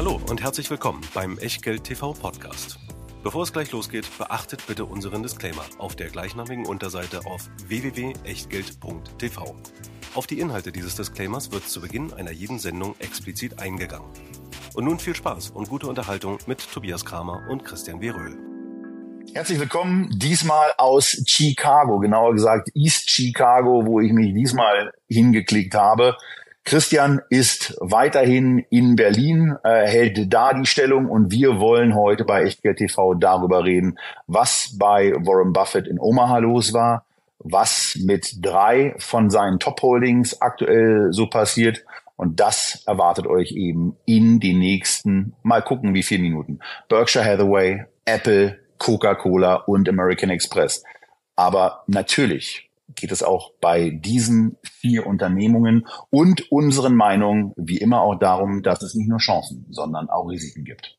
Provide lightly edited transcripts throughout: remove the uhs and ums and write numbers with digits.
Hallo und herzlich willkommen beim Echtgeld TV Podcast. Bevor es gleich losgeht, beachtet bitte unseren Disclaimer auf der gleichnamigen Unterseite auf www.echtgeld.tv. Auf die Inhalte dieses Disclaimers wird zu Beginn einer jeden Sendung explizit eingegangen. Und nun viel Spaß und gute Unterhaltung mit Tobias Kramer und Christian W. Röhl. Herzlich willkommen, diesmal aus Chicago, genauer gesagt East Chicago, wo ich mich diesmal hingeklickt habe. Christian ist weiterhin in Berlin, hält da die Stellung und wir wollen heute bei Echtgeld TV darüber reden, was bei Warren Buffett in Omaha los war, was mit 3 von seinen Top-Holdings aktuell so passiert, und das erwartet euch eben in den nächsten, mal gucken wie 4 Minuten. Berkshire Hathaway, Apple, Coca-Cola und American Express. Aber natürlich geht es auch bei diesen 4 Unternehmungen und unseren Meinungen wie immer auch darum, dass es nicht nur Chancen, sondern auch Risiken gibt.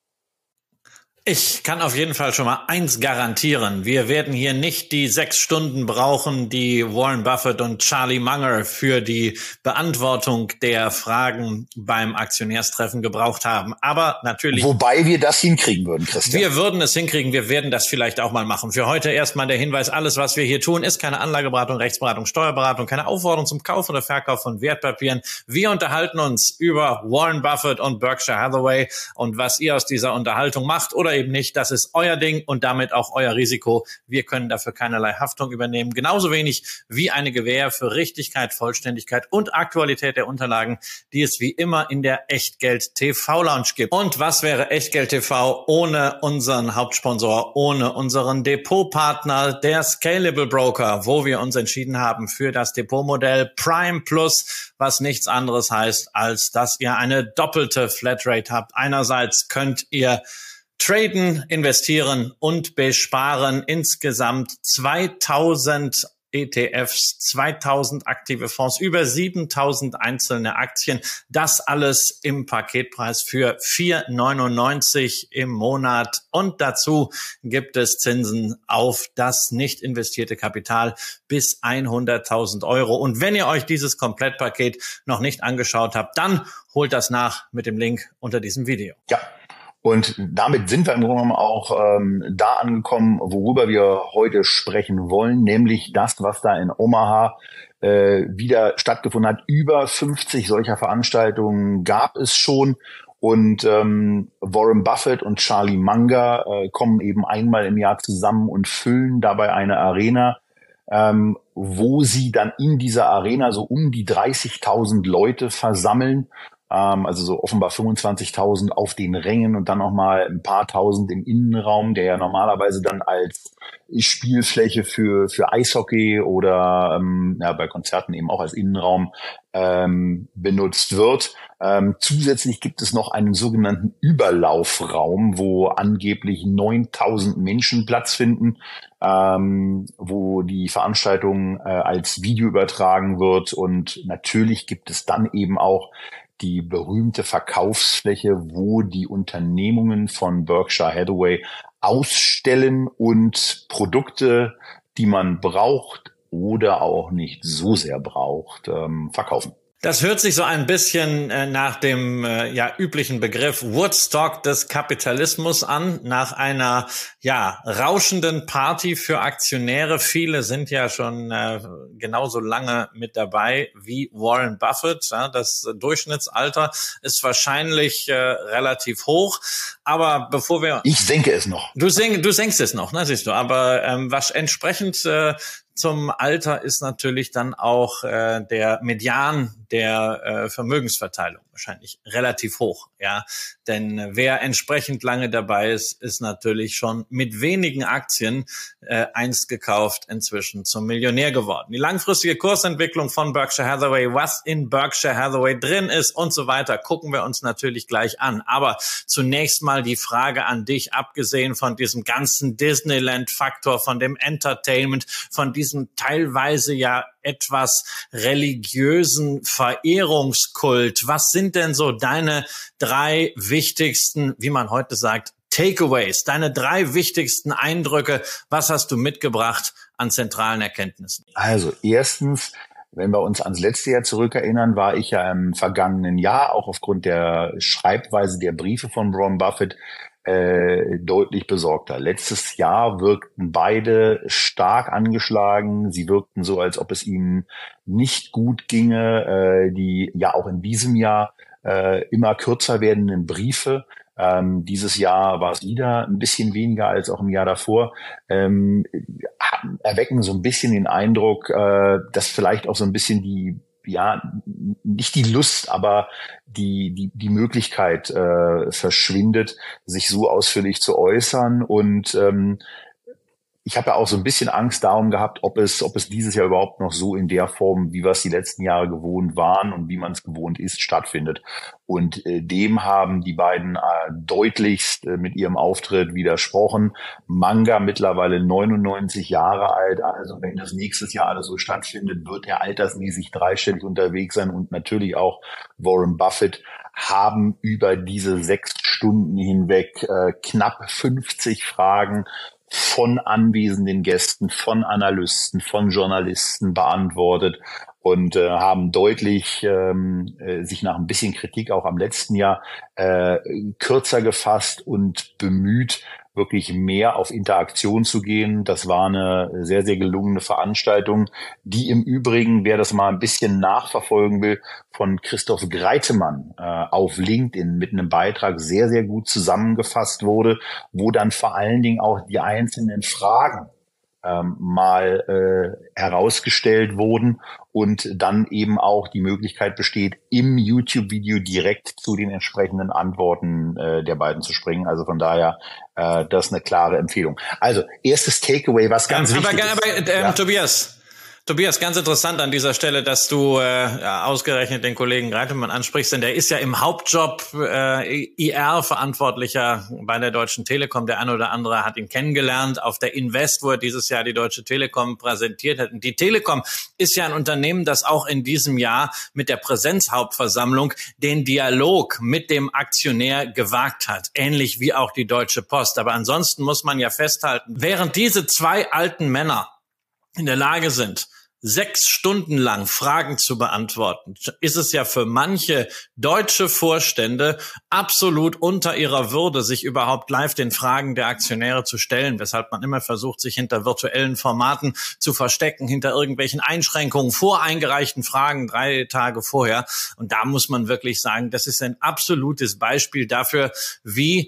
Ich kann auf jeden Fall schon mal eins garantieren. Wir werden hier nicht die 6 Stunden brauchen, die Warren Buffett und Charlie Munger für die Beantwortung der Fragen beim Aktionärstreffen gebraucht haben. Aber natürlich... Wobei wir das hinkriegen würden, Christian. Wir würden es hinkriegen. Wir werden das vielleicht auch mal machen. Für heute erstmal der Hinweis, alles, was wir hier tun, ist keine Anlageberatung, Rechtsberatung, Steuerberatung, keine Aufforderung zum Kauf oder Verkauf von Wertpapieren. Wir unterhalten uns über Warren Buffett und Berkshire Hathaway, und was ihr aus dieser Unterhaltung macht oder eben nicht, das ist euer Ding und damit auch euer Risiko. Wir können dafür keinerlei Haftung übernehmen, genauso wenig wie eine Gewähr für Richtigkeit, Vollständigkeit und Aktualität der Unterlagen, die es wie immer in der Echtgeld TV Lounge gibt. Und was wäre Echtgeld TV ohne unseren Hauptsponsor, ohne unseren Depotpartner, der Scalable Broker, wo wir uns entschieden haben für das Depotmodell Prime Plus, was nichts anderes heißt, als dass ihr eine doppelte Flatrate habt. Einerseits könnt ihr traden, investieren und besparen insgesamt 2000 ETFs, 2000 aktive Fonds, über 7000 einzelne Aktien. Das alles im Paketpreis für 4,99 im Monat. Und dazu gibt es Zinsen auf das nicht investierte Kapital bis 100.000 Euro. Und wenn ihr euch dieses Komplettpaket noch nicht angeschaut habt, dann holt das nach mit dem Link unter diesem Video. Ja. Und damit sind wir im Grunde genommen auch da angekommen, worüber wir heute sprechen wollen, nämlich das, was da in Omaha wieder stattgefunden hat. Über 50 solcher Veranstaltungen gab es schon. Und Warren Buffett und Charlie Munger kommen eben einmal im Jahr zusammen und füllen dabei eine Arena, wo sie dann in dieser Arena so um die 30.000 Leute versammeln. Also so offenbar 25.000 auf den Rängen und dann noch mal ein paar Tausend im Innenraum, der ja normalerweise dann als Spielfläche für Eishockey oder bei Konzerten eben auch als Innenraum benutzt wird. Zusätzlich gibt es noch einen sogenannten Überlaufraum, wo angeblich 9.000 Menschen Platz finden, wo die Veranstaltung als Video übertragen wird. Und natürlich gibt es dann eben auch die berühmte Verkaufsfläche, wo die Unternehmungen von Berkshire Hathaway ausstellen und Produkte, die man braucht oder auch nicht so sehr braucht, verkaufen. Das hört sich so ein bisschen nach dem üblichen Begriff Woodstock des Kapitalismus an, nach einer rauschenden Party für Aktionäre. Viele sind ja schon genauso lange mit dabei wie Warren Buffett. Ja, das Durchschnittsalter ist wahrscheinlich relativ hoch. Aber bevor wir... Ich senke es noch. Du senkst es noch, ne, siehst du. Aber was entsprechend zum Alter ist natürlich dann auch der Median der Vermögensverteilung wahrscheinlich relativ hoch, ja. Denn wer entsprechend lange dabei ist, ist natürlich schon mit wenigen Aktien einst gekauft, inzwischen zum Millionär geworden. Die langfristige Kursentwicklung von Berkshire Hathaway, was in Berkshire Hathaway drin ist und so weiter, gucken wir uns natürlich gleich an. Aber zunächst mal die Frage an dich, abgesehen von diesem ganzen Disneyland-Faktor, von dem Entertainment, von diesem teilweise ja etwas religiösen Verehrungskult. Was sind denn so deine 3 wichtigsten, wie man heute sagt, Takeaways, deine 3 wichtigsten Eindrücke? Was hast du mitgebracht an zentralen Erkenntnissen? Also erstens, Wenn wir uns ans letzte Jahr zurückerinnern, war ich ja im vergangenen Jahr auch aufgrund der Schreibweise der Briefe von Warren Buffett deutlich besorgter. Letztes Jahr wirkten beide stark angeschlagen. Sie wirkten so, als ob es ihnen nicht gut ginge. Die ja auch in diesem Jahr immer kürzer werdenden Briefe. Dieses Jahr war es wieder ein bisschen weniger als auch im Jahr davor. Erwecken so ein bisschen den Eindruck, dass vielleicht auch so ein bisschen nicht die Lust, aber die Möglichkeit verschwindet, sich so ausführlich zu äußern. Und ich habe ja auch so ein bisschen Angst darum gehabt, ob es dieses Jahr überhaupt noch so in der Form, wie wir es die letzten Jahre gewohnt waren und wie man es gewohnt ist, stattfindet. Und dem haben die beiden deutlichst mit ihrem Auftritt widersprochen. Munger mittlerweile 99 Jahre alt, also wenn das nächstes Jahr alles so stattfindet, wird er altersmäßig dreistellig unterwegs sein. Und natürlich auch Warren Buffett haben über diese 6 Stunden hinweg knapp 50 Fragen von anwesenden Gästen, von Analysten, von Journalisten beantwortet und haben deutlich sich nach ein bisschen Kritik auch am letzten Jahr kürzer gefasst und bemüht, wirklich mehr auf Interaktion zu gehen. Das war eine sehr, sehr gelungene Veranstaltung, die im Übrigen, wer das mal ein bisschen nachverfolgen will, von Christoph Greitemann auf LinkedIn mit einem Beitrag sehr, sehr gut zusammengefasst wurde, wo dann vor allen Dingen auch die einzelnen Fragen mal herausgestellt wurden und dann eben auch die Möglichkeit besteht, im YouTube-Video direkt zu den entsprechenden Antworten der beiden zu springen. Also von daher, das ist eine klare Empfehlung. Also, erstes Takeaway, was ganz wichtig ist. Tobias, ganz interessant an dieser Stelle, dass du ausgerechnet den Kollegen Greitemann ansprichst, denn der ist ja im Hauptjob IR-Verantwortlicher bei der Deutschen Telekom. Der eine oder andere hat ihn kennengelernt auf der Invest, wo er dieses Jahr die Deutsche Telekom präsentiert hat. Und die Telekom ist ja ein Unternehmen, das auch in diesem Jahr mit der Präsenzhauptversammlung den Dialog mit dem Aktionär gewagt hat, ähnlich wie auch die Deutsche Post. Aber ansonsten muss man ja festhalten, während diese 2 alten Männer in der Lage sind, 6 Stunden lang Fragen zu beantworten, ist es ja für manche deutsche Vorstände absolut unter ihrer Würde, sich überhaupt live den Fragen der Aktionäre zu stellen, weshalb man immer versucht, sich hinter virtuellen Formaten zu verstecken, hinter irgendwelchen Einschränkungen, voreingereichten Fragen 3 Tage vorher. Und da muss man wirklich sagen, das ist ein absolutes Beispiel dafür, wie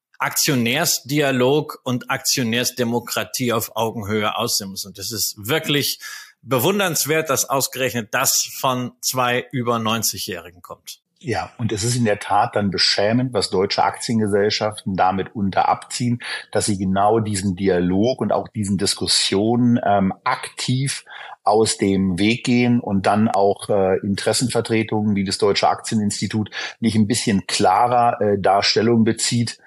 Aktionärsdialog und Aktionärsdemokratie auf Augenhöhe aussehen muss. Und das ist wirklich bewundernswert, dass ausgerechnet das von 2 über 90-Jährigen kommt. Ja, und es ist in der Tat dann beschämend, was deutsche Aktiengesellschaften damit unter abziehen, dass sie genau diesen Dialog und auch diesen Diskussionen aktiv aus dem Weg gehen und dann auch Interessenvertretungen wie das Deutsche Aktieninstitut nicht ein bisschen klarer Darstellung bezieht,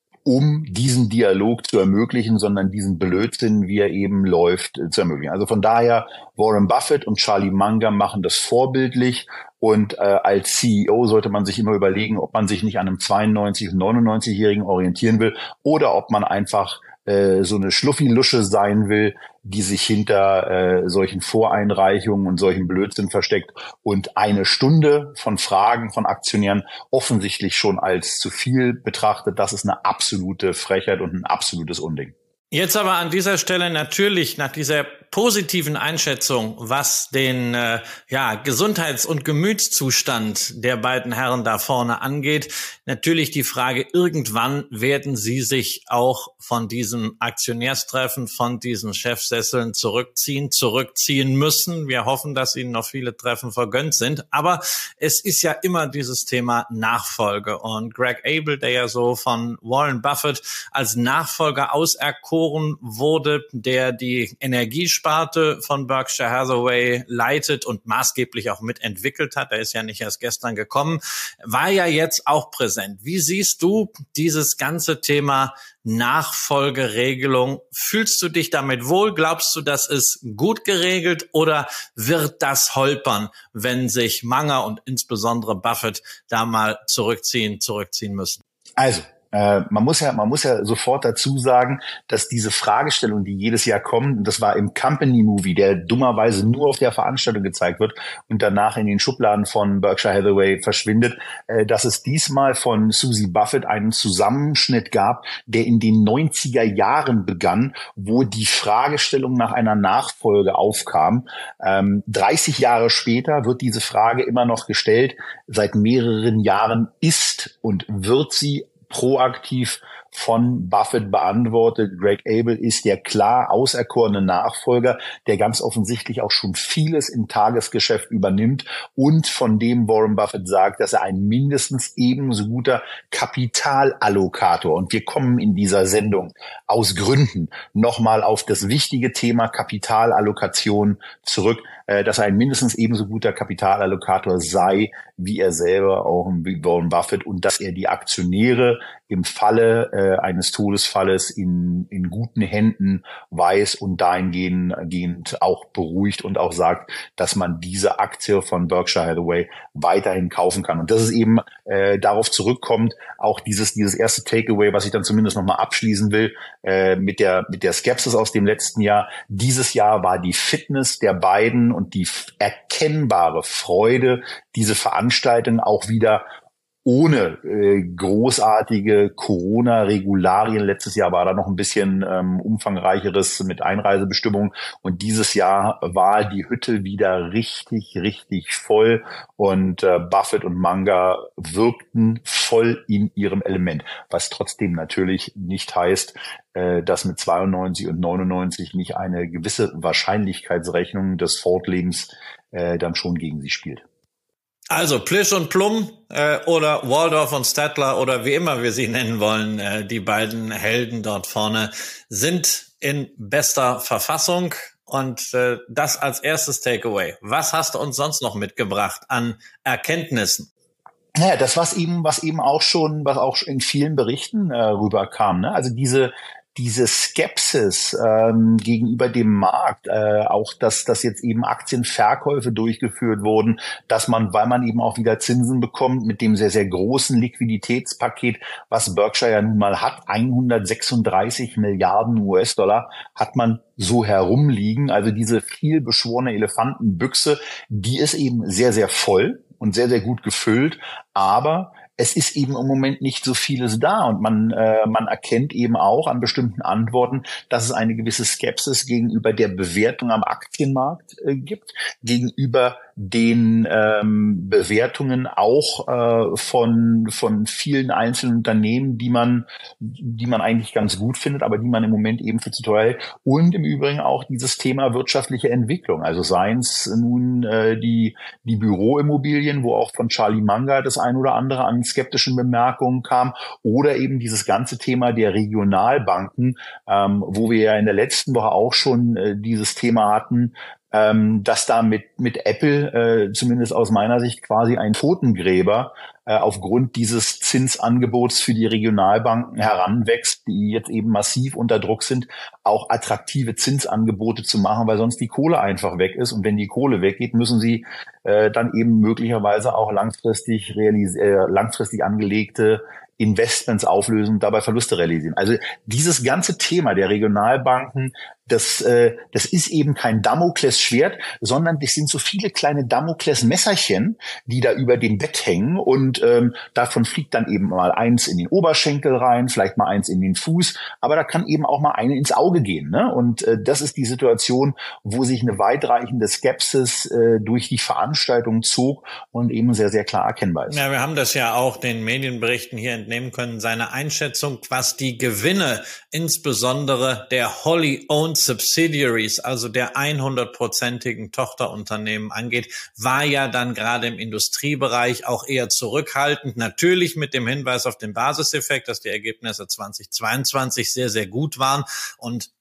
um diesen Dialog zu ermöglichen, sondern diesen Blödsinn, wie er eben läuft, zu ermöglichen. Also von daher, Warren Buffett und Charlie Munger machen das vorbildlich und als CEO sollte man sich immer überlegen, ob man sich nicht an einem 92- und 99-Jährigen orientieren will oder ob man einfach so eine Schluffi-Lusche sein will, die sich hinter solchen Voreinreichungen und solchen Blödsinn versteckt und 1 Stunde von Fragen von Aktionären offensichtlich schon als zu viel betrachtet. Das ist eine absolute Frechheit und ein absolutes Unding. Jetzt aber an dieser Stelle natürlich nach dieser positiven Einschätzung, was den Gesundheits- und Gemütszustand der beiden Herren da vorne angeht, natürlich die Frage, irgendwann werden sie sich auch von diesem Aktionärstreffen, von diesen Chefsesseln zurückziehen müssen. Wir hoffen, dass ihnen noch viele Treffen vergönnt sind. Aber es ist ja immer dieses Thema Nachfolge. Und Greg Abel, der ja so von Warren Buffett als Nachfolger auserkoren wurde, der die Energiesparte von Berkshire Hathaway leitet und maßgeblich auch mitentwickelt hat, der ist ja nicht erst gestern gekommen, war ja jetzt auch präsent. Wie siehst du dieses ganze Thema Nachfolgeregelung? Fühlst du dich damit wohl? Glaubst du, das ist gut geregelt oder wird das holpern, wenn sich Munger und insbesondere Buffett da mal zurückziehen müssen? Also, Man muss ja sofort dazu sagen, dass diese Fragestellung, die jedes Jahr kommt, und das war im Company Movie, der dummerweise nur auf der Veranstaltung gezeigt wird und danach in den Schubladen von Berkshire Hathaway verschwindet, dass es diesmal von Susie Buffett einen Zusammenschnitt gab, der in den 90er Jahren begann, wo die Fragestellung nach einer Nachfolge aufkam. 30 Jahre später wird diese Frage immer noch gestellt. Seit mehreren Jahren ist und wird sie proaktiv von Buffett beantwortet. Greg Abel ist der klar auserkorene Nachfolger, der ganz offensichtlich auch schon vieles im Tagesgeschäft übernimmt und von dem Warren Buffett sagt, dass er ein mindestens ebenso guter Kapitalallokator, und wir kommen in dieser Sendung aus Gründen nochmal auf das wichtige Thema Kapitalallokation zurück, dass er ein mindestens ebenso guter Kapitalallokator sei, wie er selber, auch wie Warren Buffett, und dass er die Aktionäre im Falle eines Todesfalles in guten Händen weiß und dahingehend auch beruhigt und auch sagt, dass man diese Aktie von Berkshire Hathaway weiterhin kaufen kann. Und das ist eben darauf zurückkommt, auch dieses erste Takeaway, was ich dann zumindest nochmal abschließen will, mit der Skepsis aus dem letzten Jahr. Dieses Jahr war die Fitness der beiden und die erkennbare Freude, diese Veranstaltung auch wieder ohne großartige Corona-Regularien. Letztes Jahr war da noch ein bisschen umfangreicheres mit Einreisebestimmungen, und dieses Jahr war die Hütte wieder richtig, richtig voll, und Buffett und Munger wirkten voll in ihrem Element, was trotzdem natürlich nicht heißt, dass mit 92 und 99 nicht eine gewisse Wahrscheinlichkeitsrechnung des Fortlebens dann schon gegen sie spielt. Also Plisch und Plum oder Waldorf und Statler oder wie immer wir sie nennen wollen, die beiden Helden dort vorne sind in bester Verfassung, und das als erstes Takeaway. Was hast du uns sonst noch mitgebracht an Erkenntnissen? Naja, das was auch in vielen Berichten rüberkam, ne? Also diese Skepsis gegenüber dem Markt, auch dass jetzt eben Aktienverkäufe durchgeführt wurden, weil man eben auch wieder Zinsen bekommt mit dem sehr, sehr großen Liquiditätspaket, was Berkshire nun mal hat. 136 Milliarden US-Dollar hat man so herumliegen. Also diese viel beschworene Elefantenbüchse, die ist eben sehr, sehr voll und sehr, sehr gut gefüllt, aber es ist eben im Moment nicht so vieles da, und man erkennt eben auch an bestimmten Antworten, dass es eine gewisse Skepsis gegenüber der Bewertung am Aktienmarkt gibt, gegenüber den Bewertungen auch von vielen einzelnen Unternehmen, die man eigentlich ganz gut findet, aber die man im Moment eben für zu teuer hält. Und im Übrigen auch dieses Thema wirtschaftliche Entwicklung. Also seien es nun die Büroimmobilien, wo auch von Charlie Munger das ein oder andere an skeptischen Bemerkungen kam, oder eben dieses ganze Thema der Regionalbanken, wo wir ja in der letzten Woche auch schon dieses Thema hatten, dass da mit Apple zumindest aus meiner Sicht quasi ein Totengräber aufgrund dieses Zinsangebots für die Regionalbanken heranwächst, die jetzt eben massiv unter Druck sind, auch attraktive Zinsangebote zu machen, weil sonst die Kohle einfach weg ist. Und wenn die Kohle weggeht, müssen sie dann eben möglicherweise auch langfristig angelegte Investments auflösen und dabei Verluste realisieren. Also dieses ganze Thema der Regionalbanken, das ist eben kein Damoklesschwert, sondern das sind so viele kleine Damoklesmesserchen, die da über dem Bett hängen, und davon fliegt dann eben mal eins in den Oberschenkel rein, vielleicht mal eins in den Fuß, aber da kann eben auch mal eine ins Auge gehen, ne? Und das ist die Situation, wo sich eine weitreichende Skepsis durch die Veranstaltung zog und eben sehr, sehr klar erkennbar ist. Ja, wir haben das ja auch den Medienberichten hier entnehmen können, seine Einschätzung, was die Gewinne insbesondere der wholly owned Subsidiaries, also der 100%igen Tochterunternehmen angeht, war ja dann gerade im Industriebereich auch eher zurückhaltend. Natürlich mit dem Hinweis auf den Basiseffekt, dass die Ergebnisse 2022 sehr, sehr gut waren. Und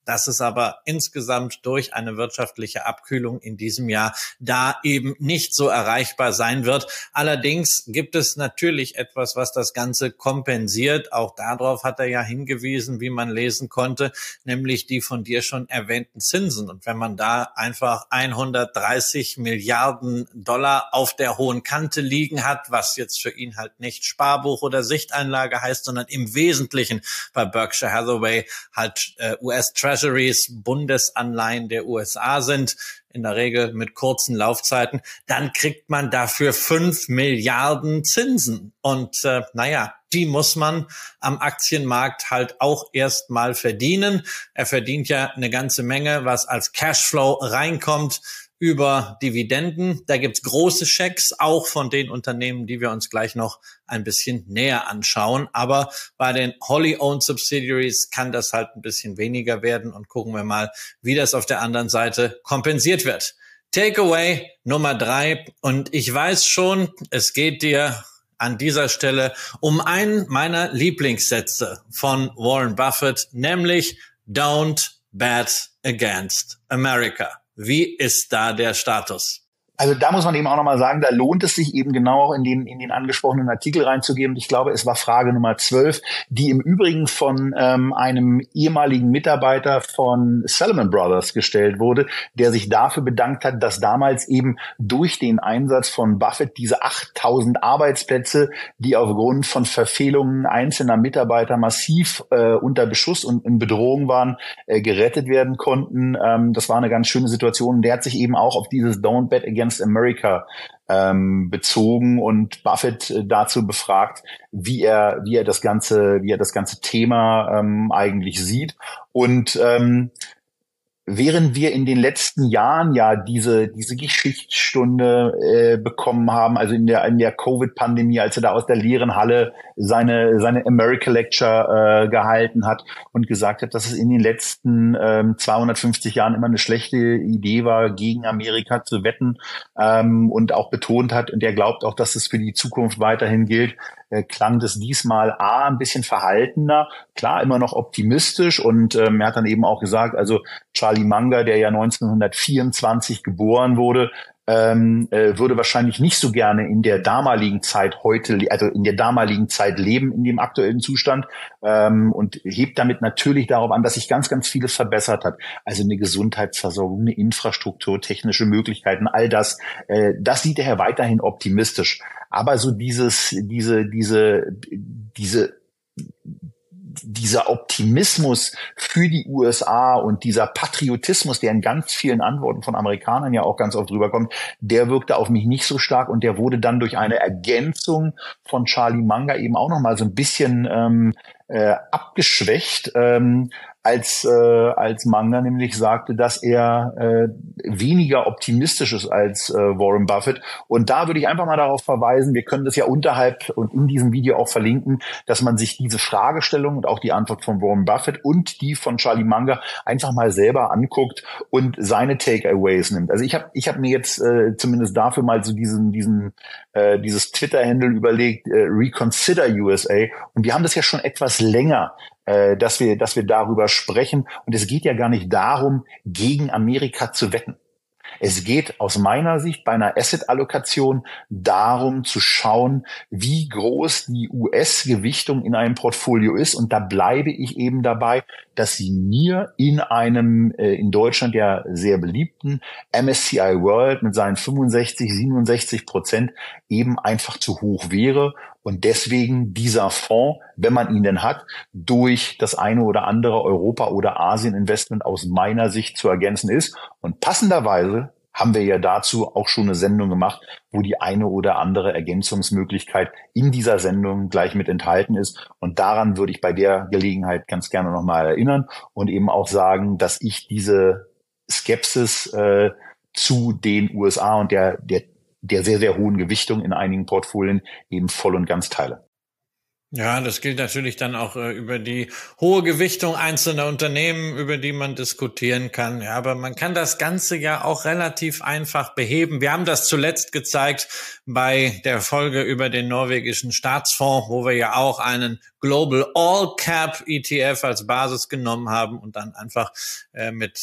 dass es aber insgesamt durch eine wirtschaftliche Abkühlung in diesem Jahr da eben nicht so erreichbar sein wird. Allerdings gibt es natürlich etwas, was das Ganze kompensiert. Auch darauf hat er ja hingewiesen, wie man lesen konnte, nämlich die von dir schon erwähnten Zinsen. Und wenn man da einfach 130 Milliarden Dollar auf der hohen Kante liegen hat, was jetzt für ihn halt nicht Sparbuch oder Sichteinlage heißt, sondern im Wesentlichen bei Berkshire Hathaway halt US-Treasuries, Bundesanleihen der USA sind, in der Regel mit kurzen Laufzeiten, dann kriegt man dafür 5 Milliarden Zinsen. Und die muss man am Aktienmarkt halt auch erstmal verdienen. Er verdient ja eine ganze Menge, was als Cashflow reinkommt über Dividenden. Da gibt's große Schecks, auch von den Unternehmen, die wir uns gleich noch ein bisschen näher anschauen. Aber bei den wholly-owned Subsidiaries kann das halt ein bisschen weniger werden. Und gucken wir mal, wie das auf der anderen Seite kompensiert wird. Takeaway Nummer 3. Und ich weiß schon, es geht dir an dieser Stelle um einen meiner Lieblingssätze von Warren Buffett, nämlich Don't bet against America. Wie ist da der Status? Also da muss man eben auch nochmal sagen, da lohnt es sich eben genau auch in den angesprochenen Artikel reinzugeben. Ich glaube, es war Frage Nummer 12, die im Übrigen von einem ehemaligen Mitarbeiter von Salomon Brothers gestellt wurde, der sich dafür bedankt hat, dass damals eben durch den Einsatz von Buffett diese 8.000 Arbeitsplätze, die aufgrund von Verfehlungen einzelner Mitarbeiter massiv unter Beschuss und in Bedrohung waren, gerettet werden konnten. Das war eine ganz schöne Situation. Der hat sich eben auch auf dieses Don't Bet Against America bezogen und Buffett dazu befragt, wie er das ganze Thema eigentlich sieht. Und während wir in den letzten Jahren ja diese Geschichtsstunde bekommen haben, also in der Covid-Pandemie, als er da aus der leeren Halle seine America Lecture gehalten hat und gesagt hat, dass es in den letzten 250 Jahren immer eine schlechte Idee war, gegen Amerika zu wetten, und auch betont hat, und er glaubt auch, dass es für die Zukunft weiterhin gilt, klang das diesmal ein bisschen verhaltener, klar immer noch optimistisch, und er hat dann eben auch gesagt, also Charlie Munger, der ja 1924 geboren wurde, würde wahrscheinlich nicht so gerne in der damaligen Zeit leben, in dem aktuellen Zustand, und hebt damit natürlich darauf an, dass sich ganz, ganz vieles verbessert hat. Also eine Gesundheitsversorgung, eine Infrastruktur, technische Möglichkeiten, all das, das sieht er weiterhin optimistisch. Aber so dieser Optimismus für die USA und dieser Patriotismus, der in ganz vielen Antworten von Amerikanern ja auch ganz oft rüberkommt, der wirkte auf mich nicht so stark, und der wurde dann durch eine Ergänzung von Charlie Munger eben auch nochmal so ein bisschen abgeschwächt, als Munger nämlich sagte, dass er weniger optimistisch ist als Warren Buffett. Und da würde ich einfach mal darauf verweisen, wir können das ja unterhalb und in diesem Video auch verlinken, dass man sich diese Fragestellung und auch die Antwort von Warren Buffett und die von Charlie Munger einfach mal selber anguckt und seine Takeaways nimmt. Also ich hab mir jetzt zumindest dafür mal so dieses Twitter-Handle überlegt, Reconsider USA, und wir haben das ja schon etwas länger, dass wir darüber sprechen. Und es geht ja gar nicht darum, gegen Amerika zu wetten. Es geht aus meiner Sicht bei einer Asset-Allokation darum zu schauen, wie groß die US-Gewichtung in einem Portfolio ist. Und da bleibe ich eben dabei, dass sie mir in einem in Deutschland ja sehr beliebten MSCI World mit seinen 65-67% eben einfach zu hoch wäre. Und deswegen dieser Fonds, wenn man ihn denn hat, durch das eine oder andere Europa- oder Asien-Investment aus meiner Sicht zu ergänzen ist. Und passenderweise haben wir ja dazu auch schon eine Sendung gemacht, wo die eine oder andere Ergänzungsmöglichkeit in dieser Sendung gleich mit enthalten ist. Und daran würde ich bei der Gelegenheit ganz gerne nochmal erinnern und eben auch sagen, dass ich diese Skepsis zu den USA und der sehr, sehr hohen Gewichtung in einigen Portfolien eben voll und ganz teile. Ja, das gilt natürlich dann auch über die hohe Gewichtung einzelner Unternehmen, über die man diskutieren kann. Ja, aber man kann das Ganze ja auch relativ einfach beheben. Wir haben das zuletzt gezeigt bei der Folge über den norwegischen Staatsfonds, wo wir ja auch einen Global All Cap ETF als Basis genommen haben und dann einfach mit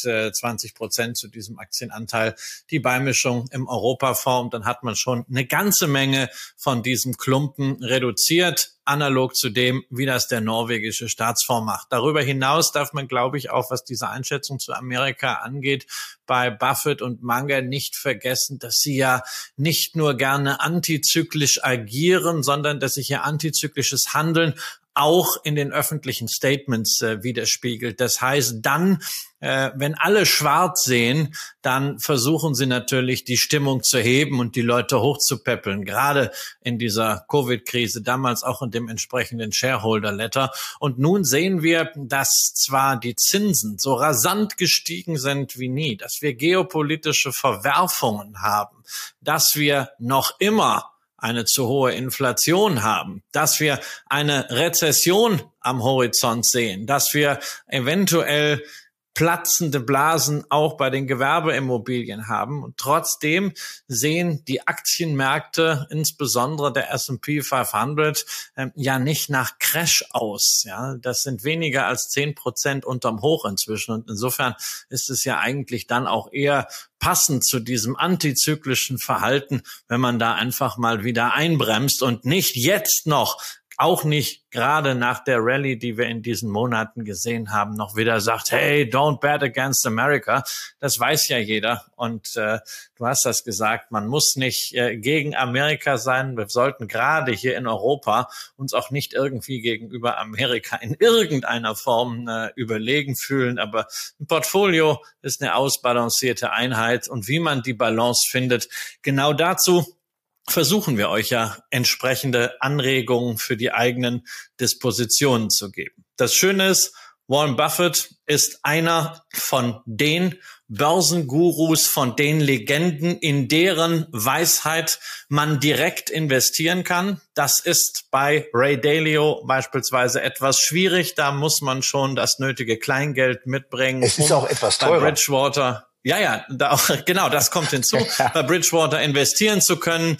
20% zu diesem Aktienanteil die Beimischung im Europafonds. Und dann hat man schon eine ganze Menge von diesem Klumpen reduziert, analog zu dem, wie das der norwegische Staatsfonds macht. Darüber hinaus darf man, glaube ich, auch, was diese Einschätzung zu Amerika angeht, bei Buffett und Munger nicht vergessen, dass sie ja nicht nur gerne antizyklisch agieren, sondern dass sich ihr antizyklisches Handeln auch in den öffentlichen Statements widerspiegelt. Das heißt, dann, wenn alle schwarz sehen, dann versuchen sie natürlich, die Stimmung zu heben und die Leute hochzupäppeln. Gerade in dieser Covid-Krise, damals auch in dem entsprechenden Shareholder-Letter. Und nun sehen wir, dass zwar die Zinsen so rasant gestiegen sind wie nie, dass wir geopolitische Verwerfungen haben, dass wir noch immer eine zu hohe Inflation haben, dass wir eine Rezession am Horizont sehen, dass wir eventuell platzende Blasen auch bei den Gewerbeimmobilien haben. Und trotzdem sehen die Aktienmärkte, insbesondere der S&P 500, ja nicht nach Crash aus. Ja, das sind weniger als 10% unterm Hoch inzwischen. Und insofern ist es ja eigentlich dann auch eher passend zu diesem antizyklischen Verhalten, wenn man da einfach mal wieder einbremst und nicht jetzt noch, auch nicht gerade nach der Rallye, die wir in diesen Monaten gesehen haben, noch wieder sagt, hey, don't bet against America. Das weiß ja jeder. Und du hast das gesagt, man muss nicht gegen Amerika sein. Wir sollten gerade hier in Europa uns auch nicht irgendwie gegenüber Amerika in irgendeiner Form überlegen fühlen. Aber ein Portfolio ist eine ausbalancierte Einheit. Und wie man die Balance findet, genau dazu versuchen wir euch ja entsprechende Anregungen für die eigenen Dispositionen zu geben. Das Schöne ist, Warren Buffett ist einer von den Börsengurus, von den Legenden, in deren Weisheit man direkt investieren kann. Das ist bei Ray Dalio beispielsweise etwas schwierig. Da muss man schon das nötige Kleingeld mitbringen. Es ist auch etwas teurer. Bei Bridgewater genau, das kommt hinzu, bei Bridgewater investieren zu können.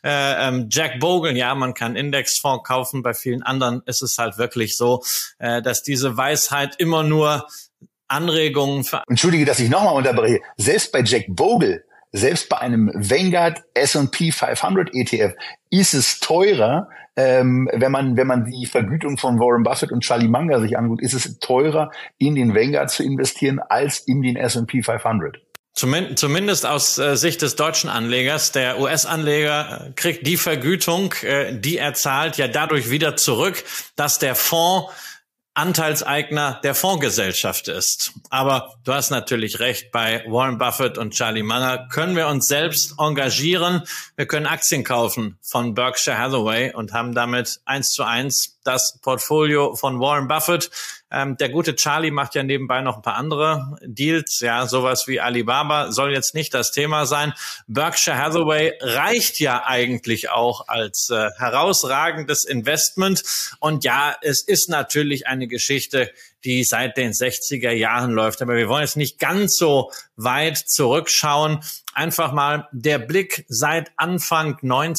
Jack Bogle, ja, man kann Indexfonds kaufen, bei vielen anderen ist es halt wirklich so, dass diese Weisheit immer nur Anregungen für... Entschuldige, dass ich nochmal unterbreche. Selbst bei Jack Bogle, selbst bei einem Vanguard S&P 500 ETF ist es teurer, wenn man die Vergütung von Warren Buffett und Charlie Munger sich anguckt, ist es teurer, in den Vanguard zu investieren, als in den S&P 500. Zumindest aus Sicht des deutschen Anlegers. Der US-Anleger kriegt die Vergütung, die er zahlt, ja dadurch wieder zurück, dass der Fonds Anteilseigner der Fondsgesellschaft ist. Aber du hast natürlich recht, bei Warren Buffett und Charlie Munger können wir uns selbst engagieren. Wir können Aktien kaufen von Berkshire Hathaway und haben damit 1:1 das Portfolio von Warren Buffett. Der gute Charlie macht ja nebenbei noch ein paar andere Deals, ja, sowas wie Alibaba soll jetzt nicht das Thema sein. Berkshire Hathaway reicht ja eigentlich auch als herausragendes Investment. Und ja, es ist natürlich eine Geschichte, die seit den 60er Jahren läuft. Aber wir wollen jetzt nicht ganz so weit zurückschauen. Einfach mal der Blick seit Anfang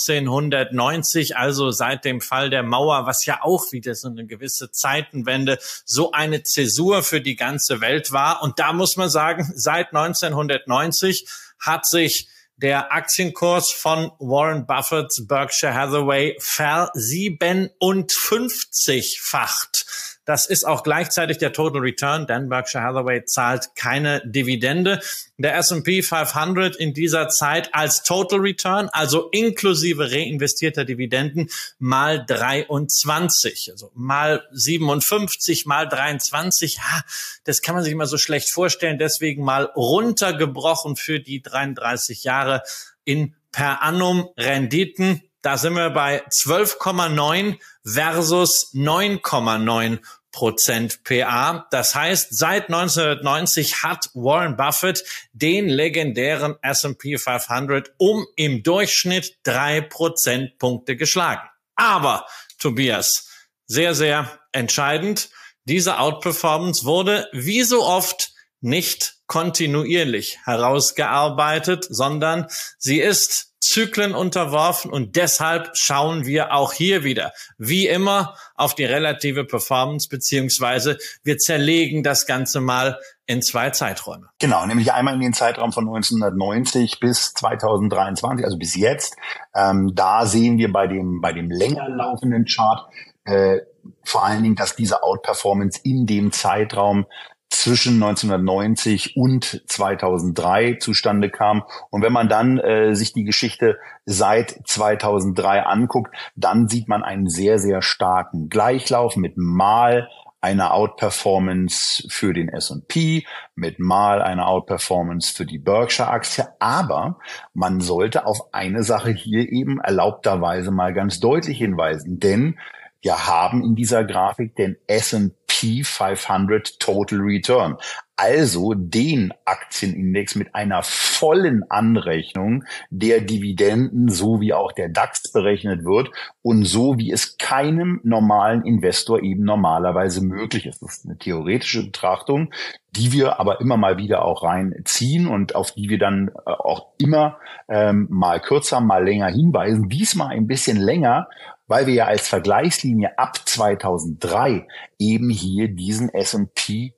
1990, also seit dem Fall der Mauer, was ja auch wieder so eine gewisse Zeitenwende, so eine Zäsur für die ganze Welt war. Und da muss man sagen, seit 1990 hat sich der Aktienkurs von Warren Buffetts Berkshire Hathaway versiebenundfünfzigfacht. Das ist auch gleichzeitig der Total Return, denn Berkshire Hathaway zahlt keine Dividende. Der S&P 500 in dieser Zeit als Total Return, also inklusive reinvestierter Dividenden, mal 23, also mal 57, mal 23. Ja, das kann man sich immer so schlecht vorstellen, deswegen mal runtergebrochen für die 33 Jahre in per annum Renditen. Da sind wir bei 12,9 versus 9,9% PA. Das heißt, seit 1990 hat Warren Buffett den legendären S&P 500 im Durchschnitt 3 Prozentpunkte geschlagen. Aber, Tobias, sehr, sehr entscheidend. Diese Outperformance wurde wie so oft nicht kontinuierlich herausgearbeitet, sondern sie ist Zyklen unterworfen und deshalb schauen wir auch hier wieder, wie immer, auf die relative Performance, beziehungsweise wir zerlegen das Ganze mal in 2 Zeiträume. Genau, nämlich einmal in den Zeitraum von 1990 bis 2023, also bis jetzt. Da sehen wir bei dem länger laufenden Chart vor allen Dingen, dass diese Outperformance in dem Zeitraum zwischen 1990 und 2003 zustande kam. Und wenn man dann sich die Geschichte seit 2003 anguckt, dann sieht man einen sehr, sehr starken Gleichlauf mit mal einer Outperformance für den S&P, mit mal einer Outperformance für die Berkshire-Aktie. Aber man sollte auf eine Sache hier eben erlaubterweise mal ganz deutlich hinweisen, denn wir haben in dieser Grafik den S&P 500 Total Return, also den Aktienindex mit einer vollen Anrechnung der Dividenden, so wie auch der DAX berechnet wird und so wie es keinem normalen Investor eben normalerweise möglich ist. Das ist eine theoretische Betrachtung, die wir aber immer mal wieder auch reinziehen und auf die wir dann auch immer mal kürzer, mal länger hinweisen. Diesmal ein bisschen länger, weil wir ja als Vergleichslinie ab 2003 eben hier diesen S&P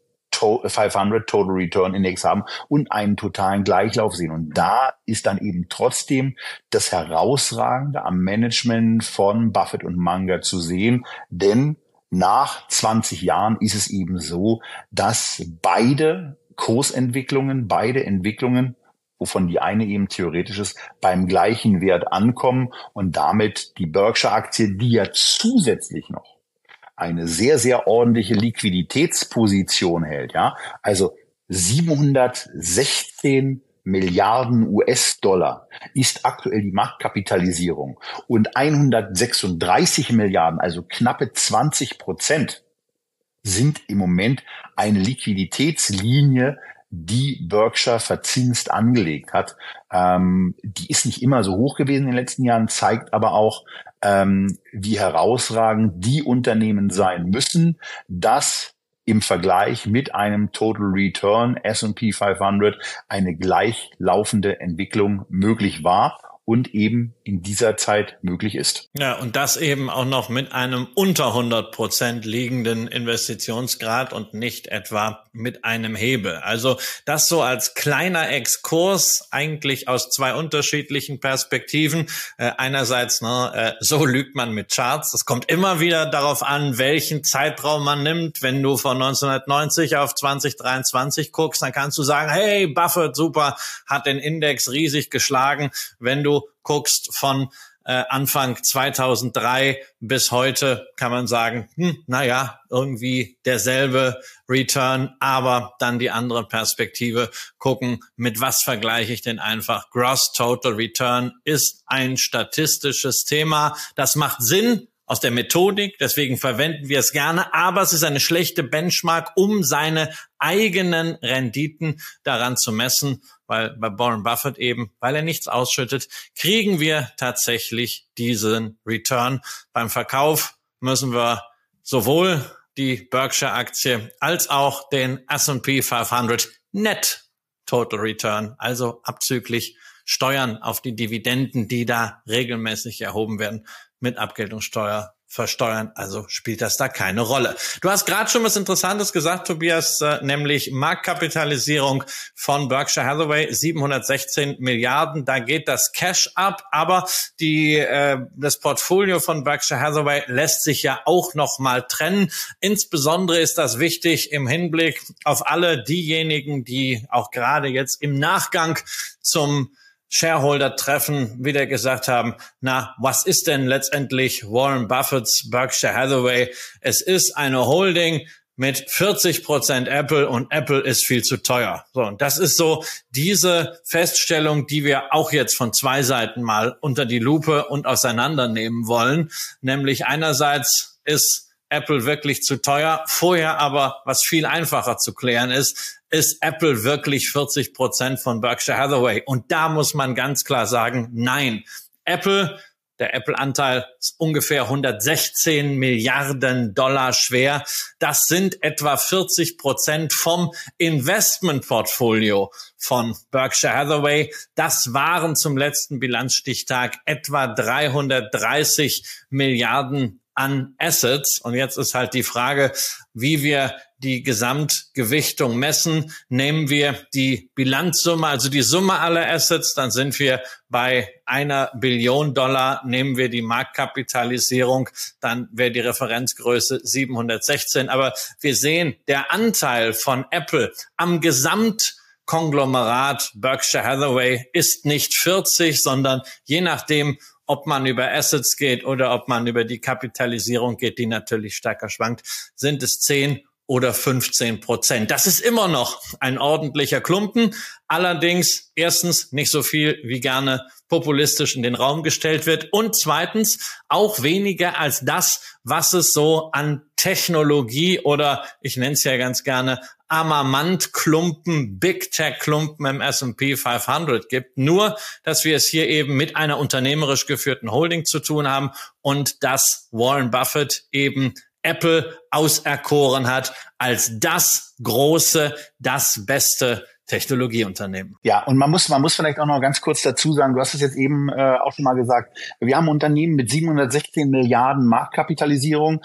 500 Total Return Index haben und einen totalen Gleichlauf sehen. Und da ist dann eben trotzdem das Herausragende am Management von Buffett und Munger zu sehen, denn nach 20 Jahren ist es eben so, dass beide Kursentwicklungen, beide Entwicklungen, wovon die eine eben theoretisch ist, beim gleichen Wert ankommen und damit die Berkshire-Aktie, die ja zusätzlich noch eine sehr, sehr ordentliche Liquiditätsposition hält, ja, also 716 Milliarden US-Dollar ist aktuell die Marktkapitalisierung und 136 Milliarden, also knappe 20%, sind im Moment eine Liquiditätslinie, die Berkshire verzinst angelegt hat. Die ist nicht immer so hoch gewesen in den letzten Jahren, zeigt aber auch, wie herausragend die Unternehmen sein müssen, dass im Vergleich mit einem Total Return S&P 500 eine gleichlaufende Entwicklung möglich war und eben in dieser Zeit möglich ist. Ja, und das eben auch noch mit einem unter 100% liegenden Investitionsgrad und nicht etwa mit einem Hebel. Also das so als kleiner Exkurs eigentlich aus 2 unterschiedlichen Perspektiven. Einerseits, so lügt man mit Charts. Das kommt immer wieder darauf an, welchen Zeitraum man nimmt. Wenn du von 1990 auf 2023 guckst, dann kannst du sagen, hey, Buffett, super, hat den Index riesig geschlagen. Wenn du guckst von Anfang 2003 bis heute, kann man sagen, irgendwie derselbe Return, aber dann die andere Perspektive gucken, mit was vergleiche ich denn einfach? Gross Total Return ist ein statistisches Thema. Das macht Sinn aus der Methodik, deswegen verwenden wir es gerne, aber es ist eine schlechte Benchmark, um seine eigenen Renditen daran zu messen, weil bei Warren Buffett eben, weil er nichts ausschüttet, kriegen wir tatsächlich diesen Return. Beim Verkauf müssen wir sowohl die Berkshire-Aktie als auch den S&P 500 Net Total Return, also abzüglich Steuern auf die Dividenden, die da regelmäßig erhoben werden, mit Abgeltungssteuer versteuern, also spielt das da keine Rolle. Du hast gerade schon was Interessantes gesagt, Tobias, nämlich Marktkapitalisierung von Berkshire Hathaway, 716 Milliarden, da geht das Cash ab, aber das Portfolio von Berkshire Hathaway lässt sich ja auch noch mal trennen. Insbesondere ist das wichtig im Hinblick auf alle diejenigen, die auch gerade jetzt im Nachgang zum Shareholder-Treffen wieder gesagt haben, was ist denn letztendlich Warren Buffetts Berkshire Hathaway? Es ist eine Holding mit 40% Apple und Apple ist viel zu teuer. So, und das ist so diese Feststellung, die wir auch jetzt von 2 Seiten mal unter die Lupe und auseinandernehmen wollen. Nämlich einerseits ist Apple wirklich zu teuer, vorher aber, was viel einfacher zu klären ist Apple wirklich 40% von Berkshire Hathaway? Und da muss man ganz klar sagen, nein. Apple Der Apple-Anteil ist ungefähr 116 Milliarden Dollar schwer. Das sind etwa 40% vom Investmentportfolio von Berkshire Hathaway. Das waren zum letzten Bilanzstichtag etwa 330 Milliarden an Assets. Und jetzt ist halt die Frage, wie wir die Gesamtgewichtung messen. Nehmen wir die Bilanzsumme, also die Summe aller Assets, dann sind wir bei $1 Billion. Nehmen wir die Marktkapitalisierung, dann wäre die Referenzgröße 716. Aber wir sehen, der Anteil von Apple am Gesamtkonglomerat Berkshire Hathaway ist nicht 40, sondern je nachdem, ob man über Assets geht oder ob man über die Kapitalisierung geht, die natürlich stärker schwankt, sind es 10 oder 15%. Das ist immer noch ein ordentlicher Klumpen. Allerdings erstens nicht so viel, wie gerne populistisch in den Raum gestellt wird. Und zweitens auch weniger als das, was es so an Technologie oder ich nenne es ja ganz gerne Armament-Klumpen, Big-Tech-Klumpen im S&P 500 gibt. Nur, dass wir es hier eben mit einer unternehmerisch geführten Holding zu tun haben und dass Warren Buffett eben Apple auserkoren hat als das große, das beste Technologieunternehmen. Ja, und man muss vielleicht auch noch ganz kurz dazu sagen, du hast es jetzt eben auch schon mal gesagt, wir haben ein Unternehmen mit 716 Milliarden Marktkapitalisierung,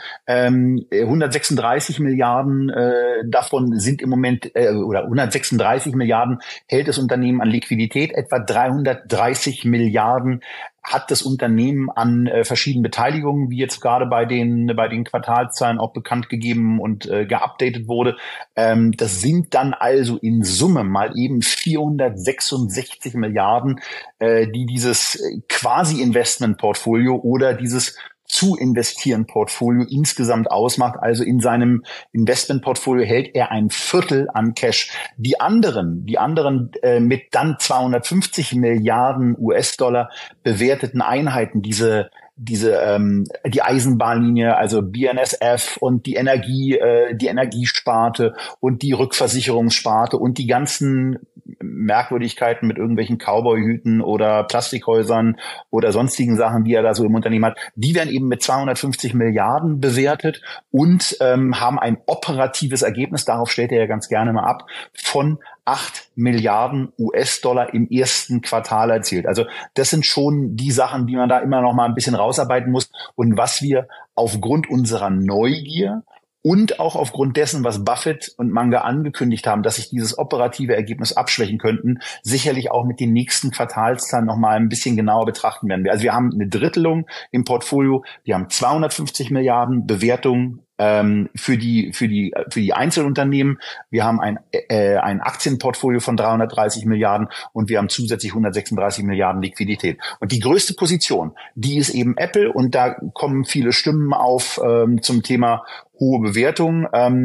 136 Milliarden davon sind im Moment, oder 136 Milliarden hält das Unternehmen an Liquidität, etwa 330 Milliarden hat das Unternehmen an verschiedenen Beteiligungen, wie jetzt gerade bei den Quartalszahlen auch bekannt gegeben und geupdatet wurde. Das sind dann also in Summe mal eben 466 Milliarden, die dieses Quasi-Investment-Portfolio oder dieses zu investieren Portfolio insgesamt ausmacht. Also in seinem Investmentportfolio hält er ein Viertel an Cash. Die anderen mit dann 250 Milliarden US-Dollar bewerteten Einheiten, die Eisenbahnlinie, also BNSF und die Energiesparte und die Rückversicherungssparte und die ganzen Merkwürdigkeiten mit irgendwelchen Cowboyhüten oder Plastikhäusern oder sonstigen Sachen, die er da so im Unternehmen hat, die werden eben mit 250 Milliarden bewertet und haben ein operatives Ergebnis, darauf stellt er ja ganz gerne mal ab, von 8 Milliarden US-Dollar im ersten Quartal erzielt. Also das sind schon die Sachen, die man da immer noch mal ein bisschen rausarbeiten muss und was wir aufgrund unserer Neugier und auch aufgrund dessen, was Buffett und Munger angekündigt haben, dass sich dieses operative Ergebnis abschwächen könnten, sicherlich auch mit den nächsten Quartalszahlen noch mal ein bisschen genauer betrachten werden. Also wir haben eine Drittelung im Portfolio, wir haben 250 Milliarden Bewertung für die Einzelunternehmen. Wir haben ein Aktienportfolio von 330 Milliarden und wir haben zusätzlich 136 Milliarden Liquidität. Und die größte Position, die ist eben Apple und da kommen viele Stimmen auf zum Thema hohe Bewertung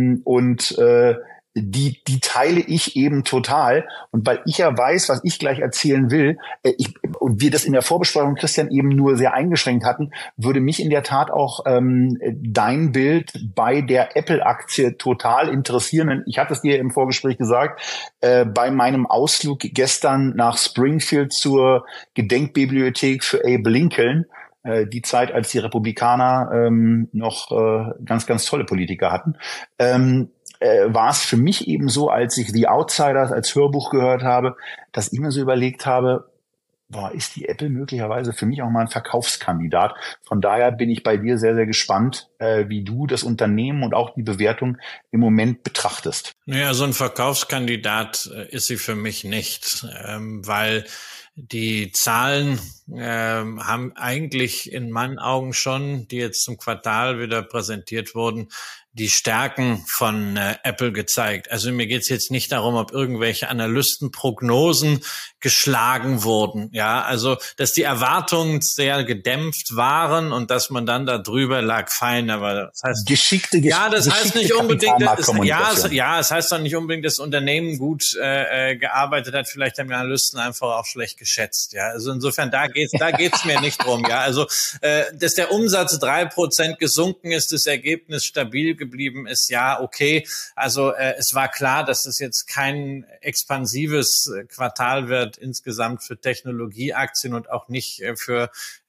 die teile ich eben total. Und weil ich ja weiß, was ich gleich erzählen will, und wir das in der Vorbesprechung, Christian, eben nur sehr eingeschränkt hatten, würde mich in der Tat auch dein Bild bei der Apple-Aktie total interessieren. Und ich hatte es dir im Vorgespräch gesagt, bei meinem Ausflug gestern nach Springfield zur Gedenkbibliothek für Abe Lincoln, die Zeit, als die Republikaner noch ganz, ganz tolle Politiker hatten, war es für mich eben so, als ich The Outsiders als Hörbuch gehört habe, dass ich mir so überlegt habe, ist die Apple möglicherweise für mich auch mal ein Verkaufskandidat. Von daher bin ich bei dir sehr, sehr gespannt, wie du das Unternehmen und auch die Bewertung im Moment betrachtest. Naja, so ein Verkaufskandidat ist sie für mich nicht, weil die Zahlen haben eigentlich in meinen Augen schon, die jetzt zum Quartal wieder präsentiert wurden, die Stärken von Apple gezeigt. Also mir geht's jetzt nicht darum, ob irgendwelche Analystenprognosen geschlagen wurden. Ja, also dass die Erwartungen sehr gedämpft waren und dass man dann da drüber lag, fein. Aber das heißt das heißt nicht unbedingt, es heißt doch nicht unbedingt, dass das Unternehmen gut gearbeitet hat. Vielleicht haben die Analysten einfach auch schlecht geschätzt. Ja, also insofern da geht's mir nicht drum. Ja, also dass der Umsatz 3% gesunken ist, das Ergebnis stabil geblieben ist, ja, okay. Also es war klar, dass es jetzt kein expansives Quartal wird insgesamt für Technologieaktien und auch nicht für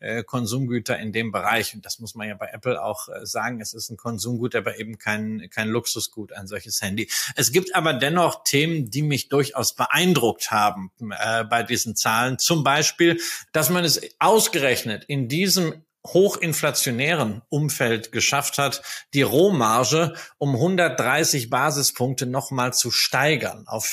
Konsumgüter in dem Bereich. Und das muss man ja bei Apple auch sagen. Es ist ein Konsumgut, aber eben kein Luxusgut, ein solches Handy. Es gibt aber dennoch Themen, die mich durchaus beeindruckt haben bei diesen Zahlen. Zum Beispiel, dass man es ausgerechnet in diesem hochinflationären Umfeld geschafft hat, die Rohmarge um 130 Basispunkte nochmal zu steigern auf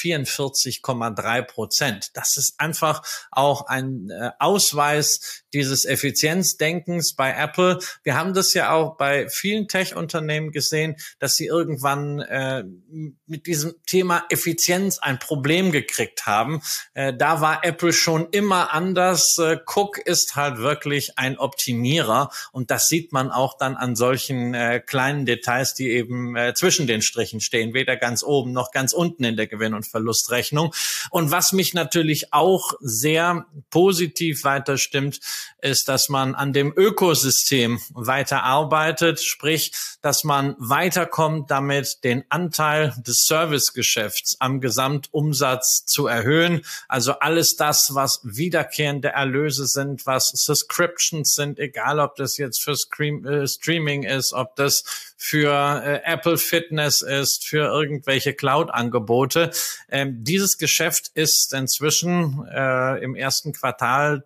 44,3%. Das ist einfach auch ein Ausweis dieses Effizienzdenkens bei Apple. Wir haben das ja auch bei vielen Tech-Unternehmen gesehen, dass sie irgendwann mit diesem Thema Effizienz ein Problem gekriegt haben. Da war Apple schon immer anders. Cook ist halt wirklich ein Optimierer. Und das sieht man auch dann an solchen kleinen Details, die eben zwischen den Strichen stehen, weder ganz oben noch ganz unten in der Gewinn- und Verlustrechnung. Und was mich natürlich auch sehr positiv weiter stimmt, ist, dass man an dem Ökosystem weiter arbeitet, sprich, dass man weiterkommt, damit den Anteil des Servicegeschäfts am Gesamtumsatz zu erhöhen. Also alles das, was wiederkehrende Erlöse sind, was Subscriptions sind, egal ob das jetzt für Streaming ist, ob das für Apple Fitness ist, für irgendwelche Cloud-Angebote. Dieses Geschäft ist inzwischen im ersten Quartal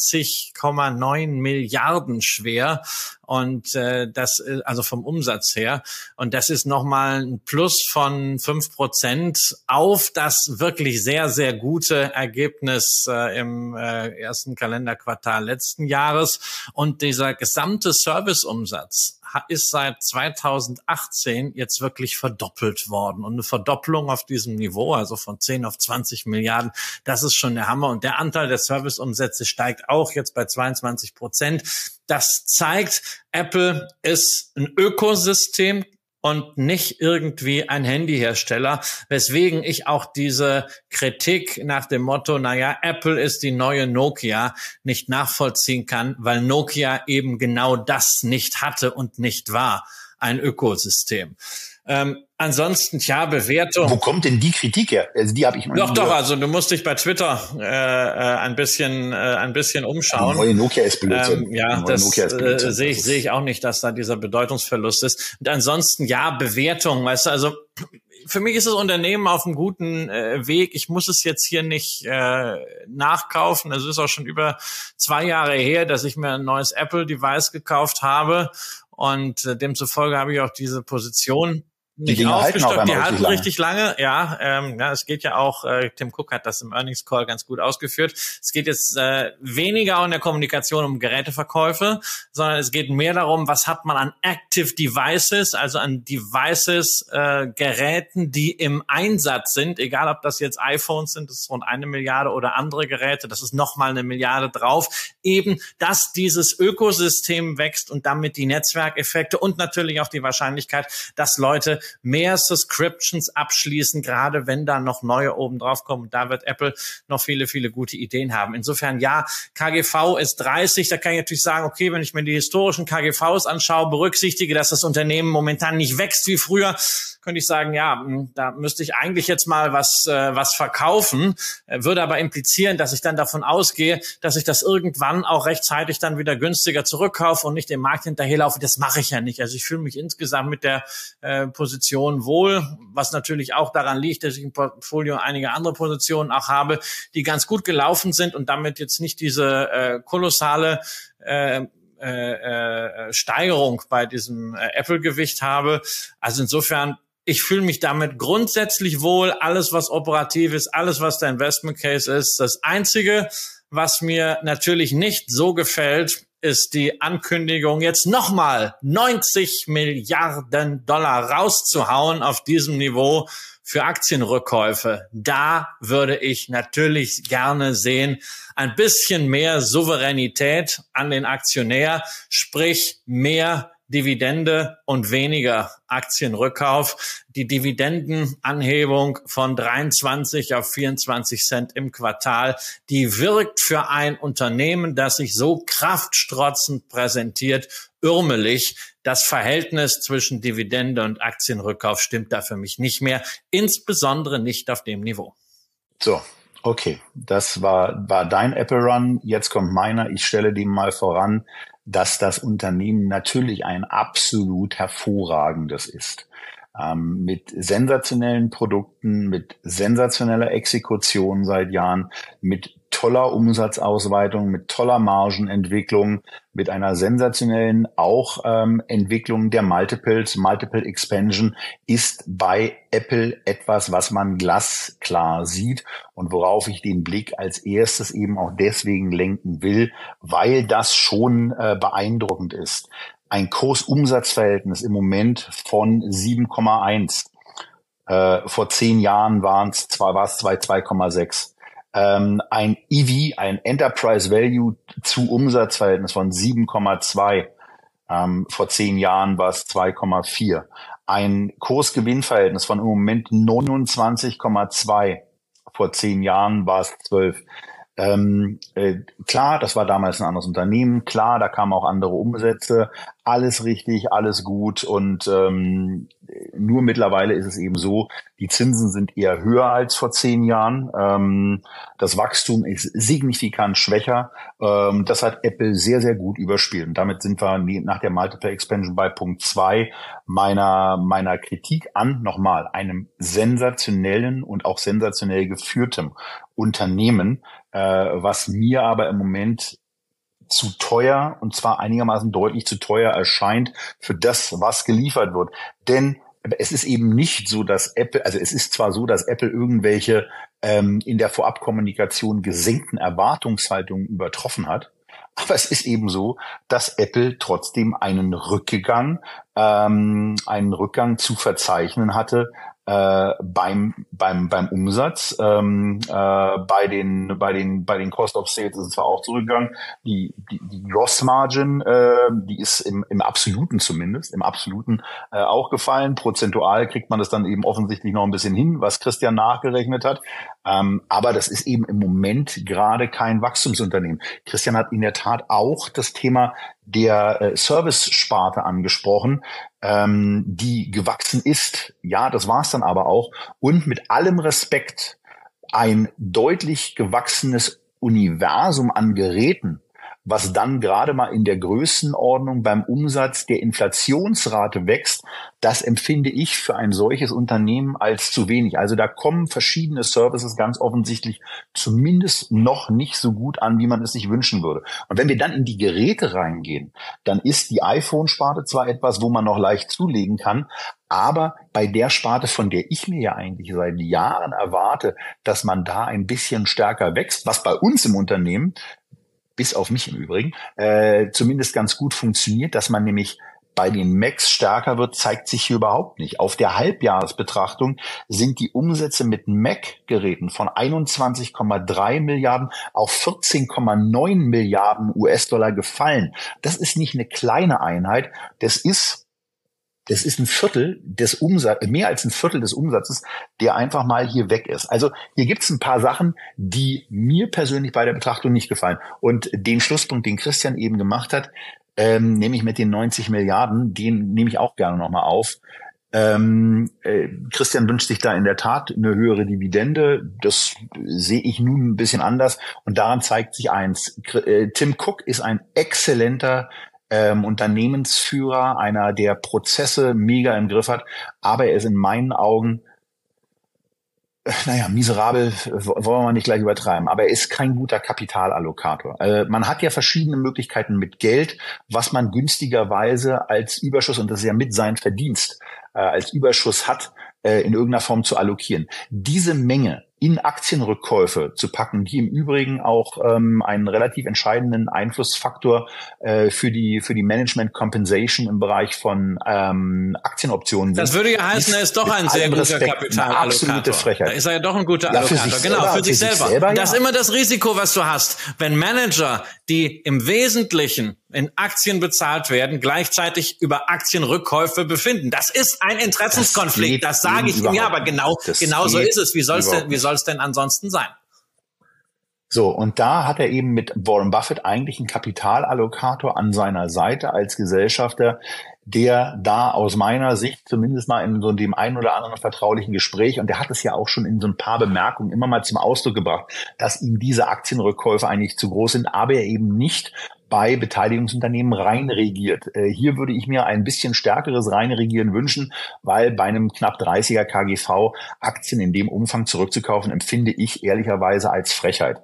20,9 Milliarden schwer. Und das also vom Umsatz her. Und das ist nochmal ein Plus von 5% auf das wirklich sehr, sehr gute Ergebnis im ersten Kalenderquartal letzten Jahres. Und dieser gesamte Serviceumsatz ist seit 2018 jetzt wirklich verdoppelt worden. Und eine Verdoppelung auf diesem Niveau, also von 10 auf 20 Milliarden, das ist schon der Hammer. Und der Anteil der Serviceumsätze steigt auch jetzt bei 22%. Das zeigt, Apple ist ein Ökosystem und nicht irgendwie ein Handyhersteller, weswegen ich auch diese Kritik nach dem Motto, Apple ist die neue Nokia, nicht nachvollziehen kann, weil Nokia eben genau das nicht hatte und nicht war, ein Ökosystem. Ansonsten, Bewertung. Wo kommt denn die Kritik her? Also die habe ich noch nie Doch, also du musst dich bei Twitter ein bisschen umschauen. Die neue Nokia ist Blödsinn. Das sehe ich auch nicht, dass da dieser Bedeutungsverlust ist. Und ansonsten, Bewertung, weißt du, also für mich ist das Unternehmen auf einem guten Weg. Ich muss es jetzt hier nicht nachkaufen. Es ist auch schon über 2 Jahre her, dass ich mir ein neues Apple-Device gekauft habe. Und demzufolge habe ich auch diese Position nicht aufgestockt. Die halten richtig lange. Es geht ja auch, Tim Cook hat das im Earnings Call ganz gut ausgeführt. Es geht jetzt weniger in der Kommunikation um Geräteverkäufe, sondern es geht mehr darum, was hat man an Active Devices, also an Devices, Geräten, die im Einsatz sind, egal ob das jetzt iPhones sind, das ist rund 1 Milliarde, oder andere Geräte, das ist nochmal 1 Milliarde drauf. Eben, dass dieses Ökosystem wächst und damit die Netzwerkeffekte und natürlich auch die Wahrscheinlichkeit, dass Leute mehr Subscriptions abschließen, gerade wenn da noch neue oben drauf kommen. Da wird Apple noch viele, viele gute Ideen haben. Insofern, KGV ist 30. Da kann ich natürlich sagen, okay, wenn ich mir die historischen KGVs anschaue, berücksichtige, dass das Unternehmen momentan nicht wächst wie früher, könnte ich sagen, da müsste ich eigentlich jetzt mal was verkaufen, würde aber implizieren, dass ich dann davon ausgehe, dass ich das irgendwann auch rechtzeitig dann wieder günstiger zurückkaufe und nicht dem Markt hinterherlaufe. Das mache ich ja nicht. Also ich fühle mich insgesamt mit der Position wohl, was natürlich auch daran liegt, dass ich im Portfolio einige andere Positionen auch habe, die ganz gut gelaufen sind und damit jetzt nicht diese kolossale Steigerung bei diesem Apple-Gewicht habe. Also insofern, ich fühle mich damit grundsätzlich wohl. Alles, was operativ ist, alles, was der Investment Case ist. Das Einzige, was mir natürlich nicht so gefällt, ist die Ankündigung, jetzt nochmal 90 Milliarden Dollar rauszuhauen auf diesem Niveau für Aktienrückkäufe. Da würde ich natürlich gerne sehen, ein bisschen mehr Souveränität an den Aktionär, sprich mehr Dividende und weniger Aktienrückkauf. Die Dividendenanhebung von 23 auf 24 Cent im Quartal, die wirkt für ein Unternehmen, das sich so kraftstrotzend präsentiert, ürmelig. Das Verhältnis zwischen Dividende und Aktienrückkauf stimmt da für mich nicht mehr, insbesondere nicht auf dem Niveau. So. Okay, das war dein Apple Run. Jetzt kommt meiner. Ich stelle dem mal voran, dass das Unternehmen natürlich ein absolut hervorragendes ist. Mit sensationellen Produkten, mit sensationeller Exekution seit Jahren, mit toller Umsatzausweitung, mit toller Margenentwicklung, mit einer sensationellen auch Entwicklung der Multiple Expansion ist bei Apple etwas, was man glasklar sieht und worauf ich den Blick als erstes eben auch deswegen lenken will, weil das schon beeindruckend ist. Ein Kurs-Umsatz-Verhältnis im Moment von 7,1. Vor 10 Jahren war es 2,6. Ein EV, ein Enterprise Value zu Umsatzverhältnis von 7,2. Vor 10 Jahren war es 2,4. Ein Kursgewinnverhältnis von im Moment 29,2. Vor 10 Jahren war es 12. Klar, das war damals ein anderes Unternehmen. Klar, da kamen auch andere Umsätze. Alles richtig, alles gut. Und nur mittlerweile ist es eben so, die Zinsen sind eher höher als vor 10 Jahren. Das Wachstum ist signifikant schwächer. Das hat Apple sehr, sehr gut überspielt. Und damit sind wir nach der Multiple Expansion bei Punkt 2 meiner Kritik an, nochmal, einem sensationellen und auch sensationell geführtem Unternehmen, was mir aber im Moment zu teuer, und zwar einigermaßen deutlich zu teuer erscheint für das, was geliefert wird. Denn es ist eben nicht so, dass Apple, also es ist zwar so, dass Apple irgendwelche in der Vorabkommunikation gesenkten Erwartungshaltungen übertroffen hat, aber es ist eben so, dass Apple trotzdem einen Rückgang zu verzeichnen hatte, beim Umsatz, bei den Cost of Sales ist es zwar auch zurückgegangen, die Gross Margin, die ist im Absoluten zumindest, auch gefallen. Prozentual kriegt man das dann eben offensichtlich noch ein bisschen hin, was Christian nachgerechnet hat. Aber das ist eben im Moment gerade kein Wachstumsunternehmen. Christian hat in der Tat auch das Thema der Service-Sparte angesprochen, die gewachsen ist. Ja, das war's dann aber auch. Und mit allem Respekt, ein deutlich gewachsenes Universum an Geräten, was dann gerade mal in der Größenordnung beim Umsatz der Inflationsrate wächst, das empfinde ich für ein solches Unternehmen als zu wenig. Also da kommen verschiedene Services ganz offensichtlich zumindest noch nicht so gut an, wie man es sich wünschen würde. Und wenn wir dann in die Geräte reingehen, dann ist die iPhone-Sparte zwar etwas, wo man noch leicht zulegen kann, aber bei der Sparte, von der ich mir ja eigentlich seit Jahren erwarte, dass man da ein bisschen stärker wächst, was bei uns im Unternehmen, bis auf mich im Übrigen, zumindest ganz gut funktioniert, dass man nämlich bei den Macs stärker wird, zeigt sich hier überhaupt nicht. Auf der Halbjahresbetrachtung sind die Umsätze mit Mac-Geräten von 21,3 Milliarden auf 14,9 Milliarden US-Dollar gefallen. Das ist nicht eine kleine Einheit, das ist ein Viertel des Umsatzes, mehr als ein Viertel des Umsatzes, der einfach mal hier weg ist. Also hier gibt's ein paar Sachen, die mir persönlich bei der Betrachtung nicht gefallen. Und den Schlusspunkt, den Christian eben gemacht hat, nämlich mit den 90 Milliarden, den nehme ich auch gerne nochmal auf. Christian wünscht sich da in der Tat eine höhere Dividende. Das sehe ich nun ein bisschen anders. Und daran zeigt sich eins. Tim Cook ist ein exzellenter Unternehmensführer, einer, der Prozesse mega im Griff hat, aber er ist in meinen Augen, miserabel, wollen wir nicht gleich übertreiben, aber er ist kein guter Kapitalallokator. Man hat ja verschiedene Möglichkeiten mit Geld, was man günstigerweise als Überschuss, und das ist ja mit sein Verdienst, als Überschuss hat, in irgendeiner Form zu allokieren. Diese Menge in Aktienrückkäufe zu packen, die im Übrigen auch einen relativ entscheidenden Einflussfaktor für die Management Compensation im Bereich von Aktienoptionen sind. Das würde ja heißen, er ist doch ein sehr guter Kapitalallokator. Absolute Frechheit. Da ist er ja doch ein guter Allokator. Genau, für sich selber. Das ist immer das Risiko, was du hast, wenn Manager, die im Wesentlichen in Aktien bezahlt werden, gleichzeitig über Aktienrückkäufe befinden. Das ist ein Interessenskonflikt, das sage ich Ihnen ja, aber genau so ist es. Wie soll es denn ansonsten sein? So, und da hat er eben mit Warren Buffett eigentlich einen Kapitalallokator an seiner Seite als Gesellschafter, der da aus meiner Sicht zumindest mal in so dem einen oder anderen vertraulichen Gespräch, und der hat es ja auch schon in so ein paar Bemerkungen immer mal zum Ausdruck gebracht, dass ihm diese Aktienrückkäufe eigentlich zu groß sind, aber er eben nicht bei Beteiligungsunternehmen reinregiert. Hier würde ich mir ein bisschen stärkeres Reinregieren wünschen, weil bei einem knapp 30er KGV Aktien in dem Umfang zurückzukaufen, empfinde ich ehrlicherweise als Frechheit.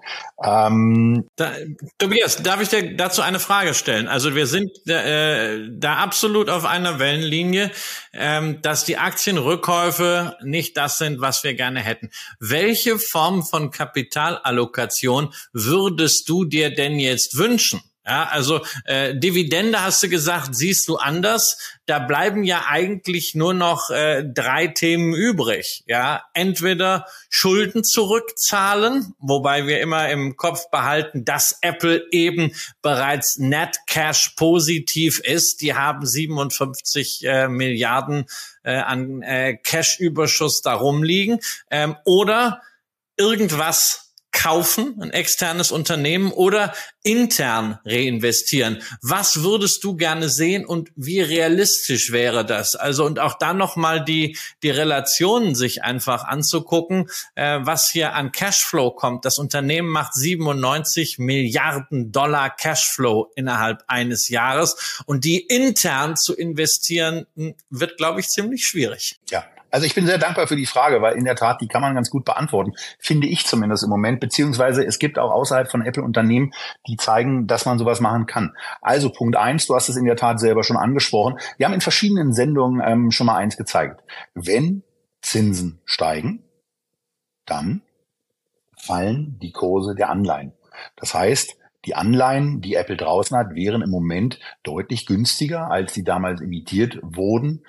Tobias, darf ich dir dazu eine Frage stellen? Also wir sind da absolut auf einer Wellenlinie, dass die Aktienrückkäufe nicht das sind, was wir gerne hätten. Welche Form von Kapitalallokation würdest du dir denn jetzt wünschen? Ja, also Dividende hast du gesagt, siehst du anders. Da bleiben ja eigentlich nur noch 3 Themen übrig. Ja, entweder Schulden zurückzahlen, wobei wir immer im Kopf behalten, dass Apple eben bereits Net Cash positiv ist. Die haben 57 Milliarden an Cash-Überschuss da rumliegen. Oder irgendwas kaufen, ein externes Unternehmen, oder intern reinvestieren. Was würdest du gerne sehen und wie realistisch wäre das? Also, und auch dann nochmal die Relationen sich einfach anzugucken, was hier an Cashflow kommt. Das Unternehmen macht 97 Milliarden Dollar Cashflow innerhalb eines Jahres, und die intern zu investieren wird, glaube ich, ziemlich schwierig. Ja. Also ich bin sehr dankbar für die Frage, weil in der Tat, die kann man ganz gut beantworten, finde ich zumindest im Moment, beziehungsweise es gibt auch außerhalb von Apple Unternehmen, die zeigen, dass man sowas machen kann. Also Punkt 1, du hast es in der Tat selber schon angesprochen. Wir haben in verschiedenen Sendungen schon mal eins gezeigt. Wenn Zinsen steigen, dann fallen die Kurse der Anleihen. Das heißt, die Anleihen, die Apple draußen hat, wären im Moment deutlich günstiger, als sie damals emittiert wurden,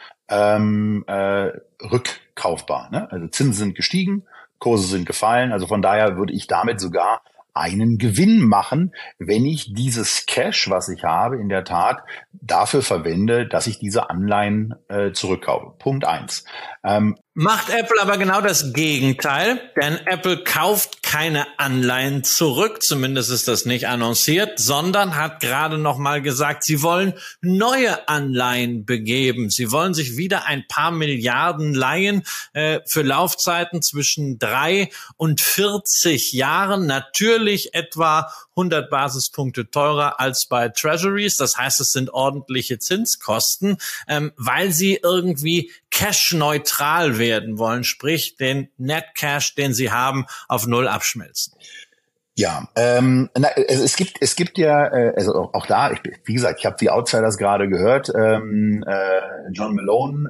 rückkaufbar. Ne? Also Zinsen sind gestiegen, Kurse sind gefallen. Also von daher würde ich damit sogar einen Gewinn machen, wenn ich dieses Cash, was ich habe, in der Tat dafür verwende, dass ich diese Anleihen zurückkaufe. Punkt 1. Macht Apple aber genau das Gegenteil, denn Apple kauft keine Anleihen zurück, zumindest ist das nicht annonciert, sondern hat gerade noch mal gesagt, sie wollen neue Anleihen begeben. Sie wollen sich wieder ein paar Milliarden leihen für Laufzeiten zwischen 3 und 40 Jahren, natürlich etwa 100 Basispunkte teurer als bei Treasuries. Das heißt, es sind ordentliche Zinskosten, weil sie irgendwie cash-neutral werden wollen, sprich den Net Cash, den sie haben, auf Null abschmelzen. Ja, es gibt ja, also auch da, wie gesagt, ich habe die Outsiders gerade gehört, John Malone,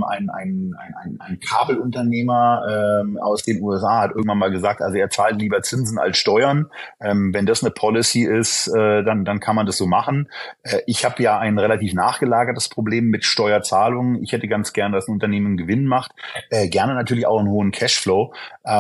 ein Kabelunternehmer aus den USA, hat irgendwann mal gesagt, also er zahlt lieber Zinsen als Steuern. Wenn das eine Policy ist, dann kann man das so machen. Ich habe ja ein relativ nachgelagertes Problem mit Steuerzahlungen. Ich hätte ganz gern, dass ein Unternehmen einen Gewinn macht, gerne natürlich auch einen hohen Cashflow,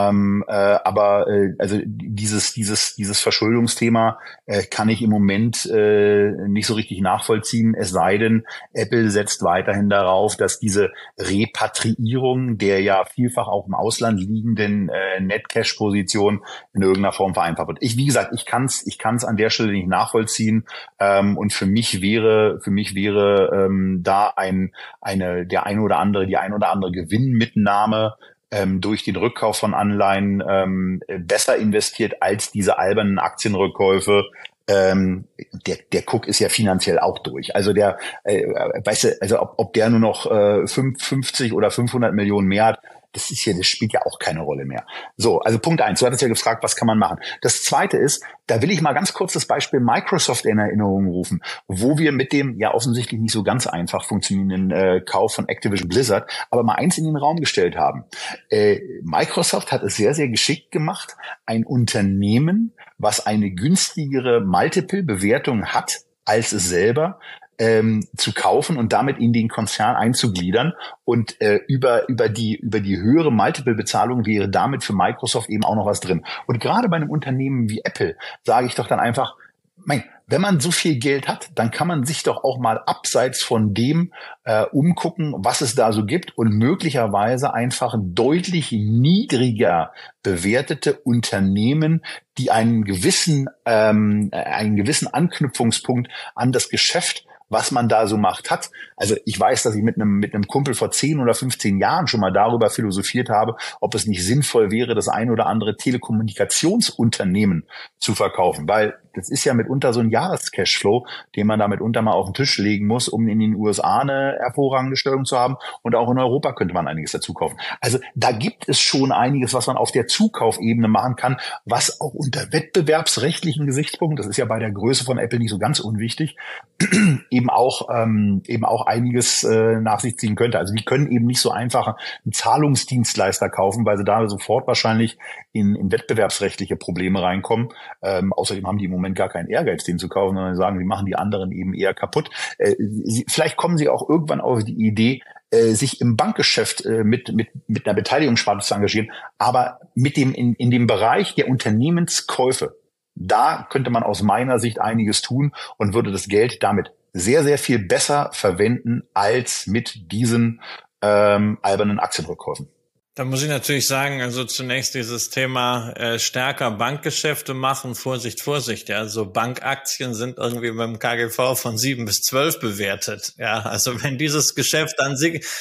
aber also dieses Verschuldungsthema kann ich im Moment nicht so richtig nachvollziehen, es sei denn, Apple setzt weiterhin darauf, dass diese Repatriierung der ja vielfach auch im Ausland liegenden Net-Cash-Position in irgendeiner Form vereinfacht wird. Wie gesagt, ich kann's an der Stelle nicht nachvollziehen, und für mich wäre da die ein oder andere Gewinnmitnahme durch den Rückkauf von Anleihen besser investiert als diese albernen Aktienrückkäufe. Der Cook ist ja finanziell auch durch. Also weißt du, also ob der nur noch 50 oder 500 Millionen mehr hat, das spielt ja auch keine Rolle mehr. So, also Punkt 1, du hattest ja gefragt, was kann man machen? Das Zweite ist, da will ich mal ganz kurz das Beispiel Microsoft in Erinnerung rufen, wo wir mit dem ja offensichtlich nicht so ganz einfach funktionierenden Kauf von Activision Blizzard, aber mal eins in den Raum gestellt haben. Microsoft hat es sehr, sehr geschickt gemacht, ein Unternehmen, was eine günstigere Multiple-Bewertung hat als es selber, zu kaufen und damit in den Konzern einzugliedern, und über die höhere Multiple-Bezahlung wäre damit für Microsoft eben auch noch was drin. Und gerade bei einem Unternehmen wie Apple sage ich doch dann einfach, wenn man so viel Geld hat, dann kann man sich doch auch mal abseits von dem umgucken, was es da so gibt, und möglicherweise einfach deutlich niedriger bewertete Unternehmen, die einen gewissen Anknüpfungspunkt an das Geschäft was man da so macht, hat. Also ich weiß, dass ich mit einem Kumpel vor 10 oder 15 Jahren schon mal darüber philosophiert habe, ob es nicht sinnvoll wäre, das ein oder andere Telekommunikationsunternehmen zu verkaufen, weil das ist ja mitunter so ein Jahrescashflow, den man da mitunter mal auf den Tisch legen muss, um in den USA eine hervorragende Stellung zu haben, und auch in Europa könnte man einiges dazu kaufen. Also da gibt es schon einiges, was man auf der Zukaufebene machen kann, was auch unter wettbewerbsrechtlichen Gesichtspunkten, das ist ja bei der Größe von Apple nicht so ganz unwichtig, eben auch einiges nach sich ziehen könnte. Also die können eben nicht so einfach einen Zahlungsdienstleister kaufen, weil sie da sofort wahrscheinlich in wettbewerbsrechtliche Probleme reinkommen. Außerdem haben die im Moment gar keinen Ehrgeiz, den zu kaufen, sondern sagen, sie machen die anderen eben eher kaputt. Vielleicht kommen sie auch irgendwann auf die Idee, sich im Bankgeschäft mit einer Beteiligungssparte zu engagieren, aber mit dem in dem Bereich der Unternehmenskäufe, da könnte man aus meiner Sicht einiges tun und würde das Geld damit sehr, sehr viel besser verwenden als mit diesen albernen Aktienrückkäufen. Da muss ich natürlich sagen, also zunächst dieses Thema stärker Bankgeschäfte machen, Vorsicht, Vorsicht. Ja, so Bankaktien sind irgendwie beim KGV von 7 bis 12 bewertet. Ja, also wenn dieses Geschäft dann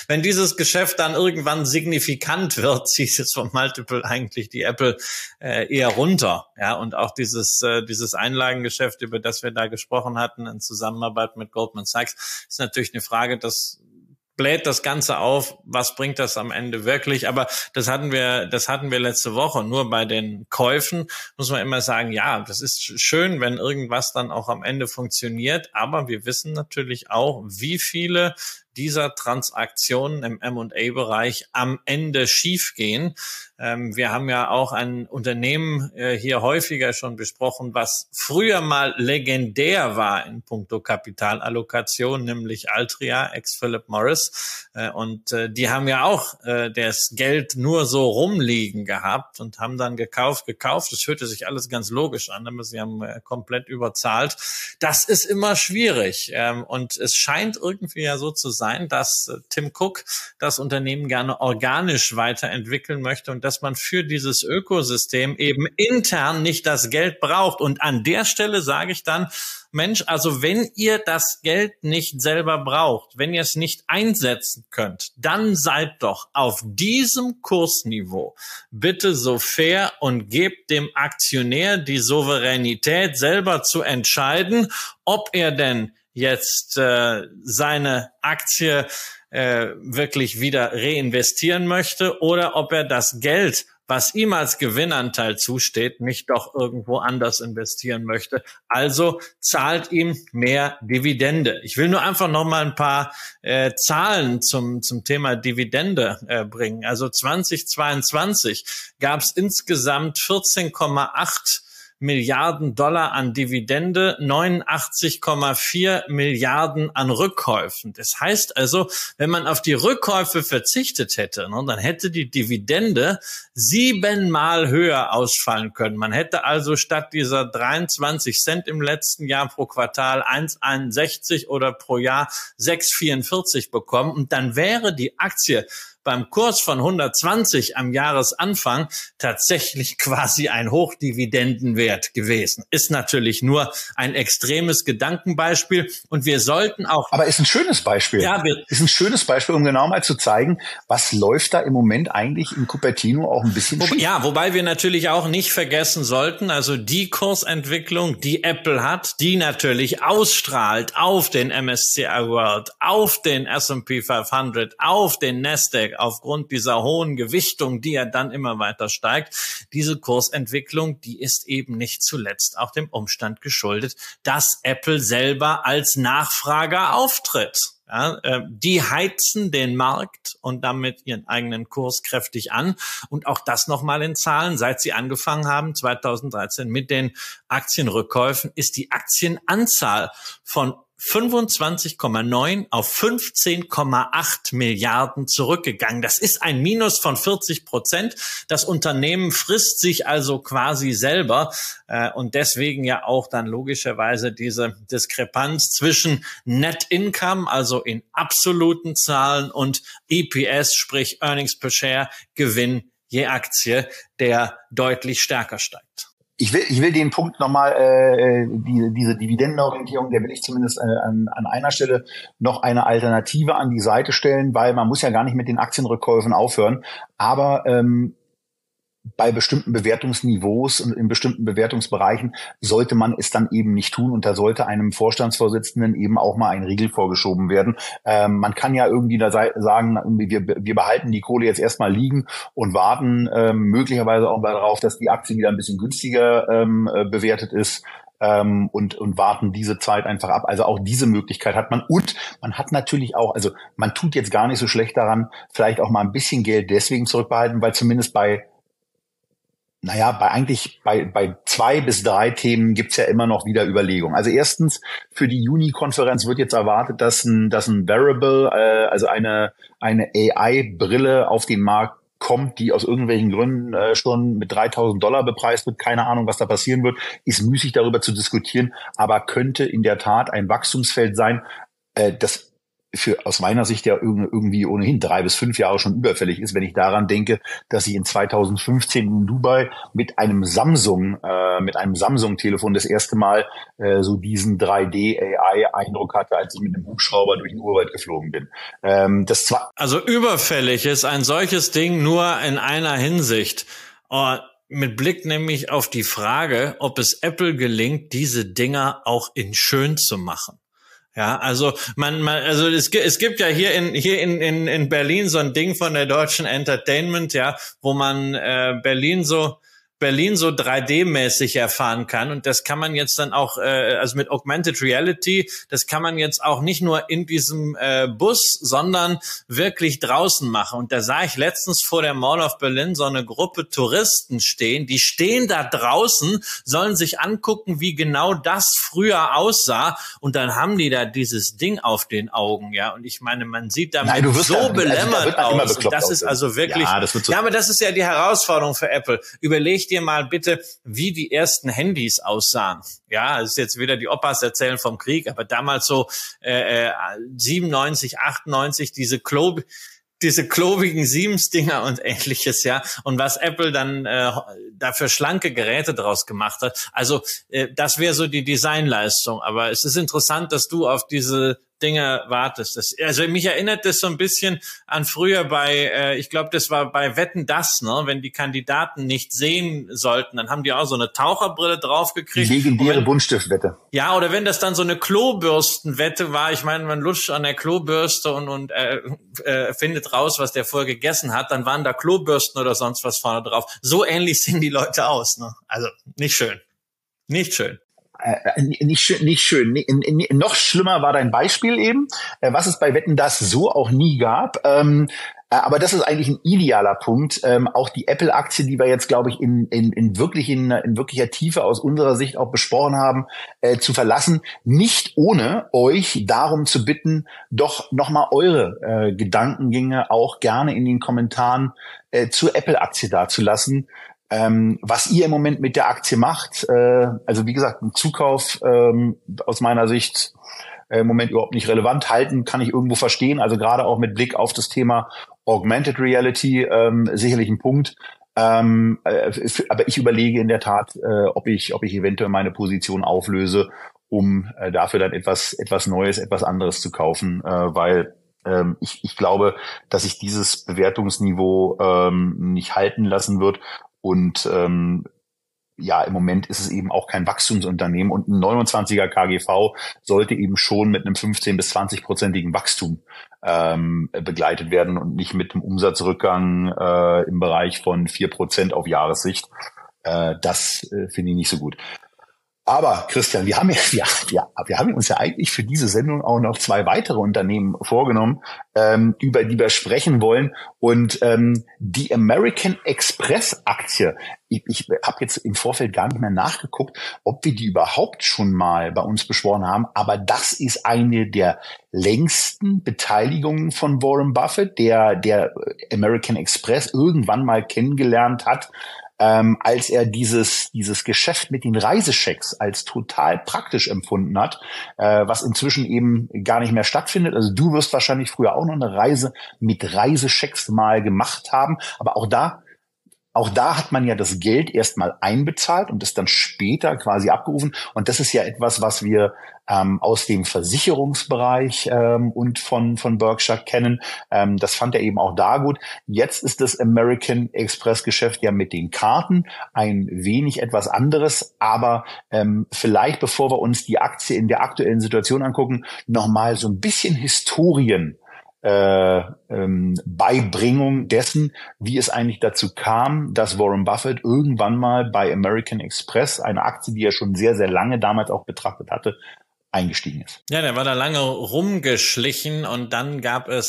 irgendwann signifikant wird, zieht es vom Multiple eigentlich die Apple eher runter. Ja, und auch dieses Einlagengeschäft, über das wir da gesprochen hatten in Zusammenarbeit mit Goldman Sachs, ist natürlich eine Frage, das bläht das Ganze auf, was bringt das am Ende wirklich? Aber das hatten wir letzte Woche. Nur bei den Käufen muss man immer sagen, ja, das ist schön, wenn irgendwas dann auch am Ende funktioniert. Aber wir wissen natürlich auch, wie viele dieser Transaktionen im M&A-Bereich am Ende schiefgehen. Wir haben ja auch ein Unternehmen hier häufiger schon besprochen, was früher mal legendär war in puncto Kapitalallokation, nämlich Altria, ex-Philip Morris. Und die haben ja auch das Geld nur so rumliegen gehabt und haben dann gekauft. Das hörte sich alles ganz logisch an, aber sie haben komplett überzahlt. Das ist immer schwierig. Und es scheint irgendwie ja so zu sein, dass Tim Cook das Unternehmen gerne organisch weiterentwickeln möchte und dass man für dieses Ökosystem eben intern nicht das Geld braucht. Und an der Stelle sage ich dann, Mensch, also wenn ihr das Geld nicht selber braucht, wenn ihr es nicht einsetzen könnt, dann seid doch auf diesem Kursniveau bitte so fair und gebt dem Aktionär die Souveränität, selber zu entscheiden, ob er denn jetzt seine Aktie wirklich wieder reinvestieren möchte oder ob er das Geld, was ihm als Gewinnanteil zusteht, nicht doch irgendwo anders investieren möchte. Also zahlt ihm mehr Dividende. Ich will nur einfach noch mal ein paar Zahlen zum Thema Dividende bringen. Also 2022 gab es insgesamt 14,8 Milliarden Dollar an Dividende, 89,4 Milliarden an Rückkäufen. Das heißt also, wenn man auf die Rückkäufe verzichtet hätte, dann hätte die Dividende 7-mal höher ausfallen können. Man hätte also statt dieser 23 Cent im letzten Jahr pro Quartal 1,61 oder pro Jahr 6,44 bekommen. Und dann wäre die Aktie beim Kurs von 120 am Jahresanfang tatsächlich quasi ein Hochdividendenwert gewesen. Ist natürlich nur ein extremes Gedankenbeispiel und wir sollten auch... Aber ist ein schönes Beispiel. Ja, ist ein schönes Beispiel, um genau mal zu zeigen, was läuft da im Moment eigentlich in Cupertino auch ein bisschen schief. Ja, wobei wir natürlich auch nicht vergessen sollten, also die Kursentwicklung, die Apple hat, die natürlich ausstrahlt auf den MSCI World, auf den S&P 500, auf den Nasdaq, aufgrund dieser hohen Gewichtung, die ja dann immer weiter steigt. Diese Kursentwicklung, die ist eben nicht zuletzt auch dem Umstand geschuldet, dass Apple selber als Nachfrager auftritt. Ja, die heizen den Markt und damit ihren eigenen Kurs kräftig an. Und auch das nochmal in Zahlen. Seit sie angefangen haben, 2013, mit den Aktienrückkäufen, ist die Aktienanzahl von 25,9 auf 15,8 Milliarden zurückgegangen. Das ist ein Minus von 40%. Das Unternehmen frisst sich also quasi selber und deswegen ja auch dann logischerweise diese Diskrepanz zwischen Net Income, also in absoluten Zahlen, und EPS, sprich Earnings per Share, Gewinn je Aktie, der deutlich stärker steigt. Ich will den Punkt nochmal, diese Dividendenorientierung, der will ich zumindest an einer Stelle noch eine Alternative an die Seite stellen, weil man muss ja gar nicht mit den Aktienrückkäufen aufhören. Aber bei bestimmten Bewertungsniveaus und in bestimmten Bewertungsbereichen sollte man es dann eben nicht tun, und da sollte einem Vorstandsvorsitzenden eben auch mal ein Riegel vorgeschoben werden. Man kann ja irgendwie da sagen, wir behalten die Kohle jetzt erstmal liegen und warten möglicherweise auch mal darauf, dass die Aktie wieder ein bisschen günstiger bewertet ist. Und warten diese Zeit einfach ab. Also auch diese Möglichkeit hat man. Und man hat natürlich auch, also man tut jetzt gar nicht so schlecht daran, vielleicht auch mal ein bisschen Geld deswegen zurückbehalten, weil zumindest bei 2 bis 3 Themen gibt's ja immer noch wieder Überlegungen. Also erstens, für die Juni-Konferenz wird jetzt erwartet, dass ein Wearable, also eine AI-Brille auf den Markt kommt, die aus irgendwelchen Gründen schon mit $3.000 bepreist wird. Keine Ahnung, was da passieren wird. Ist müßig, darüber zu diskutieren, aber könnte in der Tat ein Wachstumsfeld sein, das aus meiner Sicht ja irgendwie ohnehin 3 bis 5 Jahre schon überfällig ist, wenn ich daran denke, dass ich in 2015 in Dubai mit einem Samsung-Telefon das erste Mal so diesen 3D-AI-Eindruck hatte, als ich mit einem Hubschrauber durch den Urwald geflogen bin. Also überfällig ist ein solches Ding nur in einer Hinsicht. Mit Blick nämlich auf die Frage, ob es Apple gelingt, diese Dinger auch in schön zu machen. Ja, also also es gibt ja hier in Berlin so ein Ding von der Deutschen Entertainment, ja, wo man Berlin so 3D-mäßig erfahren kann, und das kann man jetzt dann auch, also mit Augmented Reality, das kann man jetzt auch nicht nur in diesem Bus, sondern wirklich draußen machen. Und da sah ich letztens vor der Mall of Berlin so eine Gruppe Touristen stehen, die stehen da draußen, sollen sich angucken, wie genau das früher aussah, und dann haben die da dieses Ding auf den Augen, ja, und ich meine, man sieht damit so belämmert aus, und das ist also wirklich, ja, aber das ist ja die Herausforderung für Apple. Überleg dir mal bitte, wie die ersten Handys aussahen. Ja, es ist jetzt wieder die Opas erzählen vom Krieg, aber damals so 97, 98, diese klobigen Siemens-Dinger und ähnliches, ja. Und was Apple dann dafür schlanke Geräte draus gemacht hat. Also das wäre so die Designleistung. Aber es ist interessant, dass du auf diese Dinge wartest. Also mich erinnert das so ein bisschen an früher bei, ich glaube, das war bei Wetten, dass, ne, wenn die Kandidaten nicht sehen sollten, dann haben die auch so eine Taucherbrille draufgekriegt. Legendäre Buntstiftwette. Ja, oder wenn das dann so eine Klobürstenwette war, ich meine, man lutscht an der Klobürste und findet raus, was der vorher gegessen hat, dann waren da Klobürsten oder sonst was vorne drauf. So ähnlich sehen die Leute aus, ne? Also nicht schön. Nicht schön. Nicht schön. Noch schlimmer war dein Beispiel eben, was es bei Wetten, dass so auch nie gab. Aber das ist eigentlich ein idealer Punkt. Auch die Apple-Aktie, die wir jetzt, glaube ich, in wirklicher Tiefe aus unserer Sicht auch besprochen haben, zu verlassen. Nicht ohne euch darum zu bitten, doch nochmal eure Gedankengänge auch gerne in den Kommentaren zur Apple-Aktie dazulassen. Was ihr im Moment mit der Aktie macht, also wie gesagt, ein Zukauf aus meiner Sicht im Moment überhaupt nicht relevant. Halten kann ich irgendwo verstehen, also gerade auch mit Blick auf das Thema Augmented Reality sicherlich ein Punkt. Aber ich überlege in der Tat, ob ich eventuell meine Position auflöse, um dafür dann etwas Neues, etwas anderes zu kaufen, weil ich glaube, dass sich dieses Bewertungsniveau nicht halten lassen wird. Und ja, im Moment ist es eben auch kein Wachstumsunternehmen, und ein 29er KGV sollte eben schon mit einem 15- bis 20-prozentigen Wachstum begleitet werden und nicht mit einem Umsatzrückgang im Bereich von 4% auf Jahressicht. Das finde ich nicht so gut. Aber Christian, wir haben uns ja eigentlich für diese Sendung auch noch 2 weitere Unternehmen vorgenommen, über die wir sprechen wollen. Und die American Express Aktie, ich habe jetzt im Vorfeld gar nicht mehr nachgeguckt, ob wir die überhaupt schon mal bei uns besprochen haben. Aber das ist eine der längsten Beteiligungen von Warren Buffett, der American Express irgendwann mal kennengelernt hat, als er dieses Geschäft mit den Reisechecks als total praktisch empfunden hat, was inzwischen eben gar nicht mehr stattfindet. Also du wirst wahrscheinlich früher auch noch eine Reise mit Reisechecks mal gemacht haben, aber auch da Auch da hat man ja das Geld erstmal einbezahlt und es dann später quasi abgerufen. Und das ist ja etwas, was wir aus dem Versicherungsbereich und von Berkshire kennen. Das fand er eben auch da gut. Jetzt ist das American Express Geschäft ja mit den Karten ein wenig etwas anderes, aber vielleicht, bevor wir uns die Aktie in der aktuellen Situation angucken, nochmal so ein bisschen Beibringung dessen, wie es eigentlich dazu kam, dass Warren Buffett irgendwann mal bei American Express, eine Aktie, die er schon sehr, sehr lange damals auch betrachtet hatte, eingestiegen ist. Ja, der war da lange rumgeschlichen und dann gab es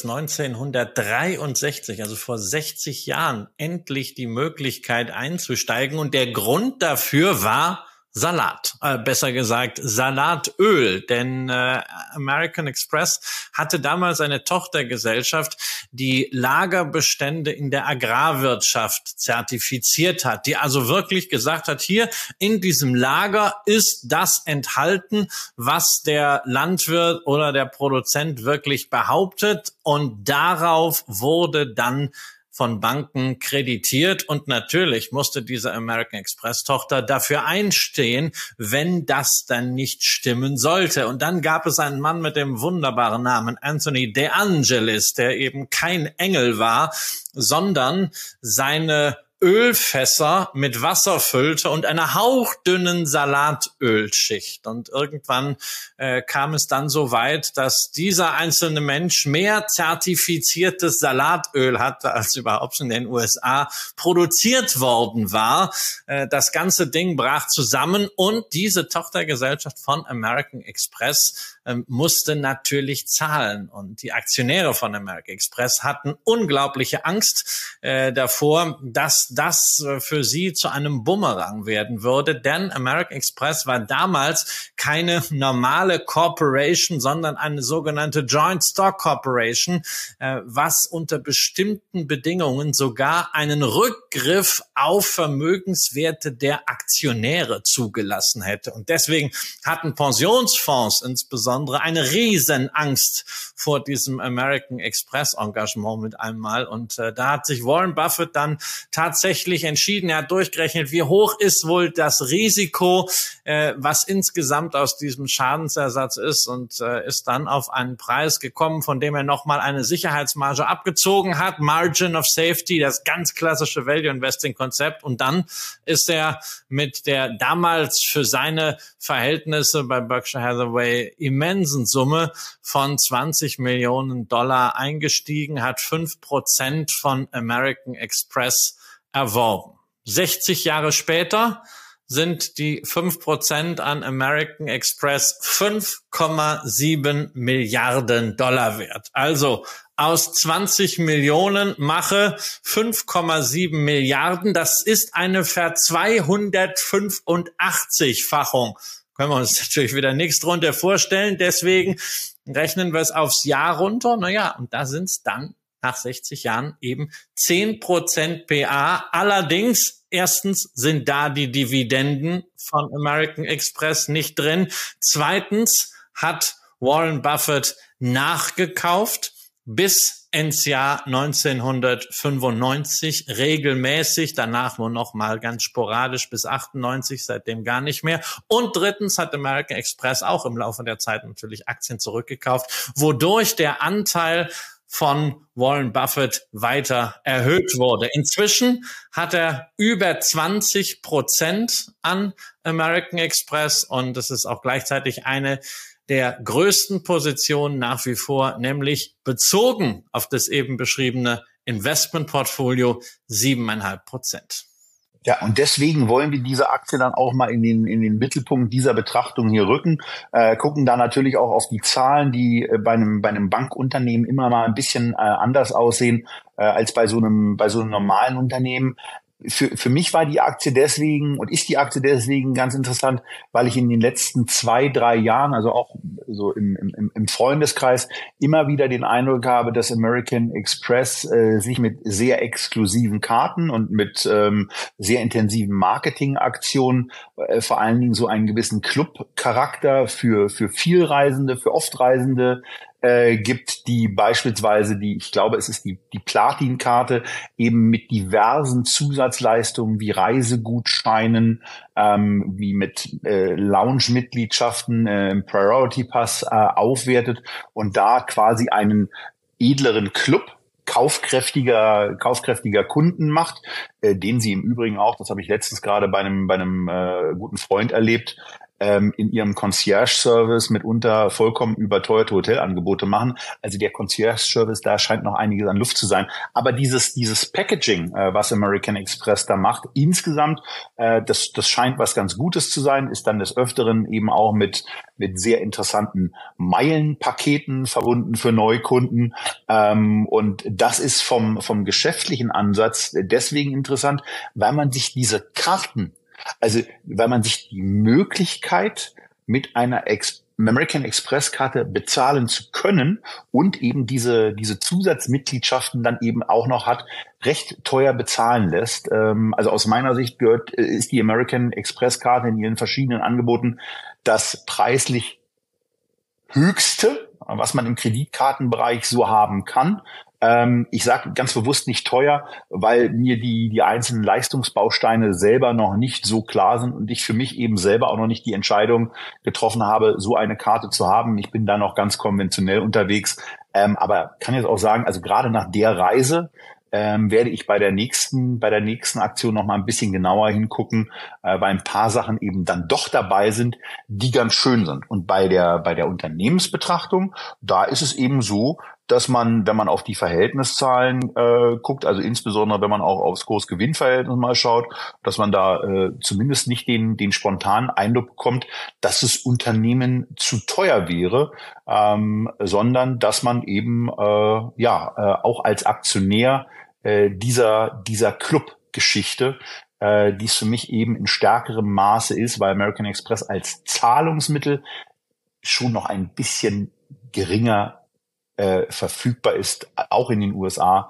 1963, also vor 60 Jahren, endlich die Möglichkeit einzusteigen und der Grund dafür war Salat, besser gesagt Salatöl, denn American Express hatte damals eine Tochtergesellschaft, die Lagerbestände in der Agrarwirtschaft zertifiziert hat, die also wirklich gesagt hat, hier in diesem Lager ist das enthalten, was der Landwirt oder der Produzent wirklich behauptet, und darauf wurde dann von Banken kreditiert, und natürlich musste diese American Express Tochter dafür einstehen, wenn das dann nicht stimmen sollte. Und dann gab es einen Mann mit dem wunderbaren Namen Anthony De Angelis, der eben kein Engel war, sondern seine Ölfässer mit Wasser füllte und einer hauchdünnen Salatölschicht. Und irgendwann kam es dann so weit, dass dieser einzelne Mensch mehr zertifiziertes Salatöl hatte, als überhaupt in den USA produziert worden war. Das ganze Ding brach zusammen und diese Tochtergesellschaft von American Express musste natürlich zahlen. Und die Aktionäre von American Express hatten unglaubliche Angst davor, dass das für sie zu einem Bumerang werden würde, denn American Express war damals keine normale Corporation, sondern eine sogenannte Joint Stock Corporation, was unter bestimmten Bedingungen sogar einen Rückgriff auf Vermögenswerte der Aktionäre zugelassen hätte. Und deswegen hatten Pensionsfonds insbesondere eine Riesenangst vor diesem American Express Engagement mit einmal. Und da hat sich Warren Buffett dann tatsächlich entschieden, er hat durchgerechnet, wie hoch ist wohl das Risiko, was insgesamt aus diesem Schadensersatz ist, und ist dann auf einen Preis gekommen, von dem er nochmal eine Sicherheitsmarge abgezogen hat, Margin of Safety, das ganz klassische Value Investing Konzept, und dann ist er mit der damals für seine Verhältnisse bei Berkshire Hathaway immensen Summe von $20 Millionen eingestiegen, hat 5% von American Express erworben. 60 Jahre später sind die 5% an American Express $5,7 Milliarden wert. Also aus 20 Millionen mache 5,7 Milliarden. Das ist eine Ver-285-fachung. Können wir uns natürlich wieder nichts drunter vorstellen. Deswegen rechnen wir es aufs Jahr runter. Naja, und da sind es dann nach 60 Jahren eben 10% PA. Allerdings, erstens sind da die Dividenden von American Express nicht drin. Zweitens hat Warren Buffett nachgekauft bis ins Jahr 1995 regelmäßig, danach nur noch mal ganz sporadisch bis 98, seitdem gar nicht mehr. Und drittens hat American Express auch im Laufe der Zeit natürlich Aktien zurückgekauft, wodurch der Anteil von Warren Buffett weiter erhöht wurde. Inzwischen hat er über 20% an American Express, und das ist auch gleichzeitig eine der größten Positionen nach wie vor, nämlich bezogen auf das eben beschriebene Investmentportfolio 7,5%. Ja, und deswegen wollen wir diese Aktie dann auch mal in den Mittelpunkt dieser Betrachtung hier rücken, gucken da natürlich auch auf die Zahlen, die bei einem Bankunternehmen immer mal ein bisschen anders aussehen als bei so einem normalen Unternehmen. Für mich war die Aktie deswegen und ist die Aktie deswegen ganz interessant, weil ich in den letzten 2-3 Jahren, also auch so im Freundeskreis, immer wieder den Eindruck habe, dass American Express sich mit sehr exklusiven Karten und mit sehr intensiven Marketingaktionen vor allen Dingen so einen gewissen Clubcharakter für Vielreisende, für Oftreisende gibt, die beispielsweise ich glaube, es ist die Platin-Karte, eben mit diversen Zusatzleistungen wie Reisegutscheinen, wie mit Lounge-Mitgliedschaften im Priority Pass aufwertet und da quasi einen edleren Club kaufkräftiger Kunden macht, den sie im Übrigen auch, das habe ich letztens gerade bei einem guten Freund erlebt, in ihrem Concierge-Service mitunter vollkommen überteuerte Hotelangebote machen. Also der Concierge-Service, da scheint noch einiges an Luft zu sein. Aber dieses Packaging, was American Express da macht, insgesamt, das scheint was ganz Gutes zu sein, ist dann des Öfteren eben auch mit sehr interessanten Meilenpaketen verbunden für Neukunden. Und das ist vom geschäftlichen Ansatz deswegen interessant, weil man sich diese Karten, also weil man sich die Möglichkeit mit einer American Express Karte bezahlen zu können und eben diese Zusatzmitgliedschaften dann eben auch noch hat, recht teuer bezahlen lässt. Also aus meiner Sicht ist die American Express Karte in ihren verschiedenen Angeboten das preislich höchste, was man im Kreditkartenbereich so haben kann. Ich sage ganz bewusst nicht teuer, weil mir die einzelnen Leistungsbausteine selber noch nicht so klar sind und ich für mich eben selber auch noch nicht die Entscheidung getroffen habe, so eine Karte zu haben. Ich bin da noch ganz konventionell unterwegs, aber kann jetzt auch sagen, also gerade nach der Reise werde ich bei der nächsten Aktion noch mal ein bisschen genauer hingucken, weil ein paar Sachen eben dann doch dabei sind, die ganz schön sind. Und bei der Unternehmensbetrachtung, da ist es eben so, dass man, wenn man auf die Verhältniszahlen guckt, also insbesondere wenn man auch aufs Kurs-Gewinn-Verhältnis mal schaut, dass man da zumindest nicht den spontanen Eindruck bekommt, dass das Unternehmen zu teuer wäre, sondern dass man eben auch als Aktionär dieser Club-Geschichte, die es für mich eben in stärkerem Maße ist, weil American Express als Zahlungsmittel schon noch ein bisschen geringer verfügbar ist, auch in den USA,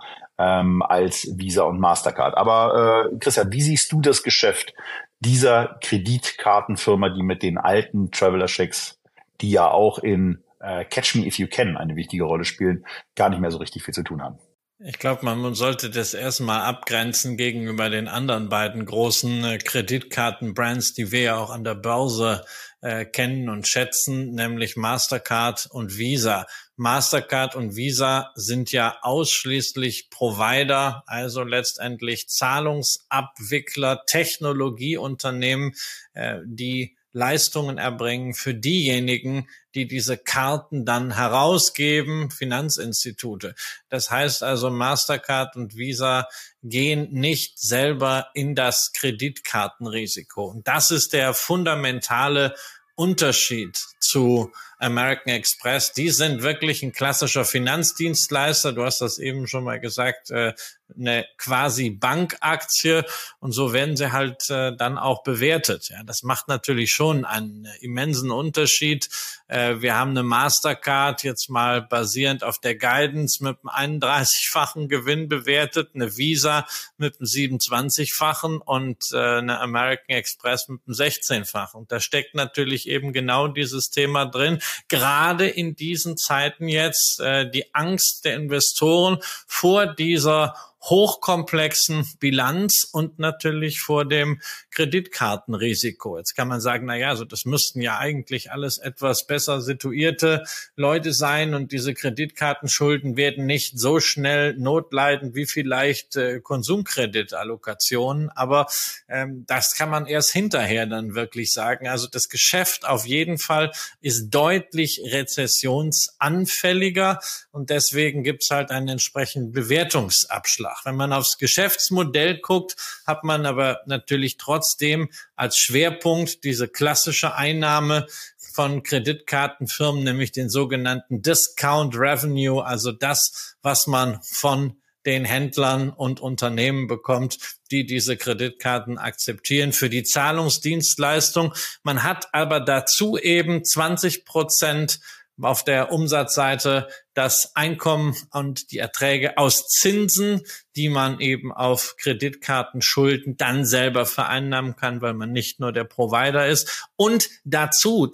als Visa und Mastercard. Aber Christian, wie siehst du das Geschäft dieser Kreditkartenfirma, die mit den alten Traveler-Schecks, die ja auch in Catch Me If You Can eine wichtige Rolle spielen, gar nicht mehr so richtig viel zu tun haben? Ich glaube, man sollte das erstmal abgrenzen gegenüber den anderen beiden großen Kreditkartenbrands, die wir ja auch an der Börse kennen und schätzen, nämlich Mastercard und Visa. Mastercard und Visa sind ja ausschließlich Provider, also letztendlich Zahlungsabwickler, Technologieunternehmen, die Leistungen erbringen für diejenigen, die diese Karten dann herausgeben, Finanzinstitute. Das heißt also, Mastercard und Visa gehen nicht selber in das Kreditkartenrisiko. Und das ist der fundamentale Unterschied zu American Express. Die sind wirklich ein klassischer Finanzdienstleister. Du hast das eben schon mal gesagt, eine quasi Bankaktie, und so werden sie halt dann auch bewertet. Ja, das macht natürlich schon einen immensen Unterschied. Wir haben eine Mastercard jetzt mal basierend auf der Guidance mit einem 31-fachen Gewinn bewertet, eine Visa mit einem 27-fachen und eine American Express mit einem 16-fachen. Und da steckt natürlich eben genau dieses Thema drin. Gerade in diesen Zeiten jetzt die Angst der Investoren vor dieser hochkomplexen Bilanz und natürlich vor dem Kreditkartenrisiko. Jetzt kann man sagen, na ja, also das müssten ja eigentlich alles etwas besser situierte Leute sein und diese Kreditkartenschulden werden nicht so schnell notleidend wie vielleicht Konsumkreditallokationen, aber das kann man erst hinterher dann wirklich sagen. Also das Geschäft auf jeden Fall ist deutlich rezessionsanfälliger und deswegen gibt's halt einen entsprechenden Bewertungsabschlag. Wenn man aufs Geschäftsmodell guckt, hat man aber natürlich trotzdem als Schwerpunkt diese klassische Einnahme von Kreditkartenfirmen, nämlich den sogenannten Discount Revenue, also das, was man von den Händlern und Unternehmen bekommt, die diese Kreditkarten akzeptieren für die Zahlungsdienstleistung. Man hat aber dazu eben 20% auf der Umsatzseite das Einkommen und die Erträge aus Zinsen, die man eben auf Kreditkartenschulden dann selber vereinnahmen kann, weil man nicht nur der Provider ist. Und dazu dann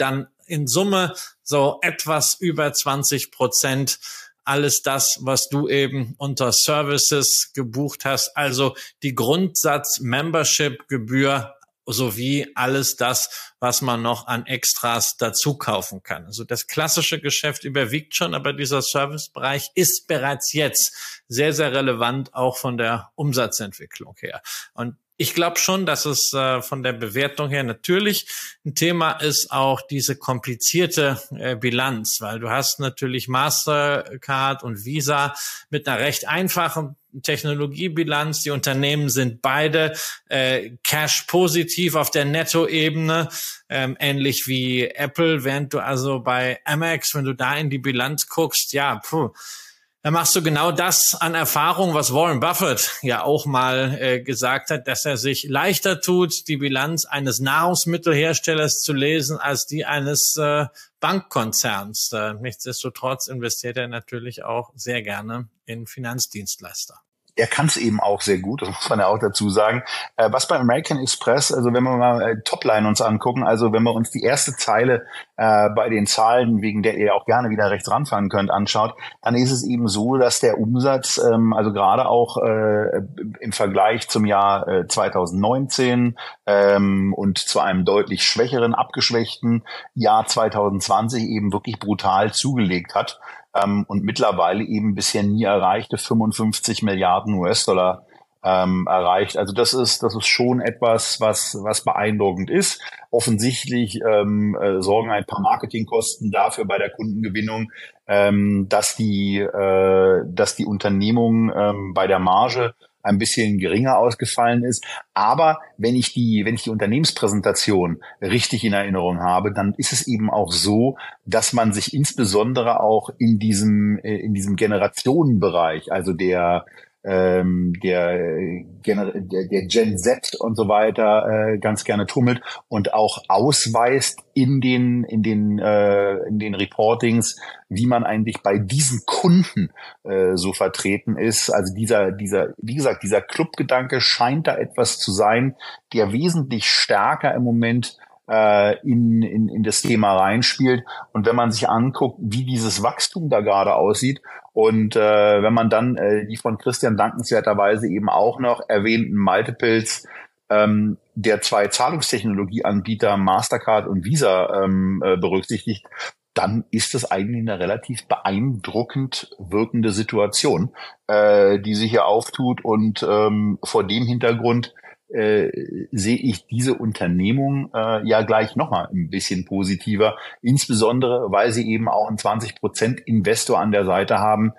in Summe so etwas über 20% alles das, was du eben unter Services gebucht hast, also die Grundsatz-Membership-Gebühr sowie alles das, was man noch an Extras dazu kaufen kann. Also das klassische Geschäft überwiegt schon, aber dieser Servicebereich ist bereits jetzt sehr, sehr relevant, auch von der Umsatzentwicklung her. Und ich glaube schon, dass es von der Bewertung her natürlich ein Thema ist, auch diese komplizierte Bilanz, weil du hast natürlich Mastercard und Visa mit einer recht einfachen Technologiebilanz. Die Unternehmen sind beide cash-positiv auf der Nettoebene, ähnlich wie Apple, während du also bei Amex, wenn du da in die Bilanz guckst, dann machst du genau das an Erfahrung, was Warren Buffett ja auch mal gesagt hat, dass er sich leichter tut, die Bilanz eines Nahrungsmittelherstellers zu lesen, als die eines Bankkonzerns. Nichtsdestotrotz investiert er natürlich auch sehr gerne in Finanzdienstleister. Er kann es eben auch sehr gut, das muss man ja auch dazu sagen. Was bei American Express, also wenn wir mal Topline uns angucken, also wenn wir uns die erste Zeile bei den Zahlen, wegen der ihr auch gerne wieder rechts ranfahren könnt, anschaut, dann ist es eben so, dass der Umsatz, also gerade auch im Vergleich zum Jahr 2019 und zu einem deutlich schwächeren, abgeschwächten Jahr 2020 eben wirklich brutal zugelegt hat. Und mittlerweile eben bisher nie erreichte 55 Milliarden US-Dollar erreicht. Also das ist schon etwas, was beeindruckend ist. Offensichtlich sorgen ein paar Marketingkosten dafür bei der Kundengewinnung, dass die Unternehmung bei der Marge ein bisschen geringer ausgefallen ist. Aber wenn ich die Unternehmenspräsentation richtig in Erinnerung habe, dann ist es eben auch so, dass man sich insbesondere auch in diesem Generationenbereich, also der Gen Z und so weiter ganz gerne tummelt und auch ausweist in den Reportings, wie man eigentlich bei diesen Kunden so vertreten ist. Also wie gesagt, dieser Clubgedanke scheint da etwas zu sein, der wesentlich stärker im Moment in das Thema reinspielt. Und wenn man sich anguckt, wie dieses Wachstum da gerade aussieht und wenn man dann die von Christian dankenswerterweise eben auch noch erwähnten Multiples der zwei Zahlungstechnologieanbieter Mastercard und Visa berücksichtigt, dann ist das eigentlich eine relativ beeindruckend wirkende Situation, die sich hier auftut. Und vor dem Hintergrund sehe ich diese Unternehmung ja gleich nochmal ein bisschen positiver, insbesondere weil sie eben auch einen 20% Investor an der Seite haben,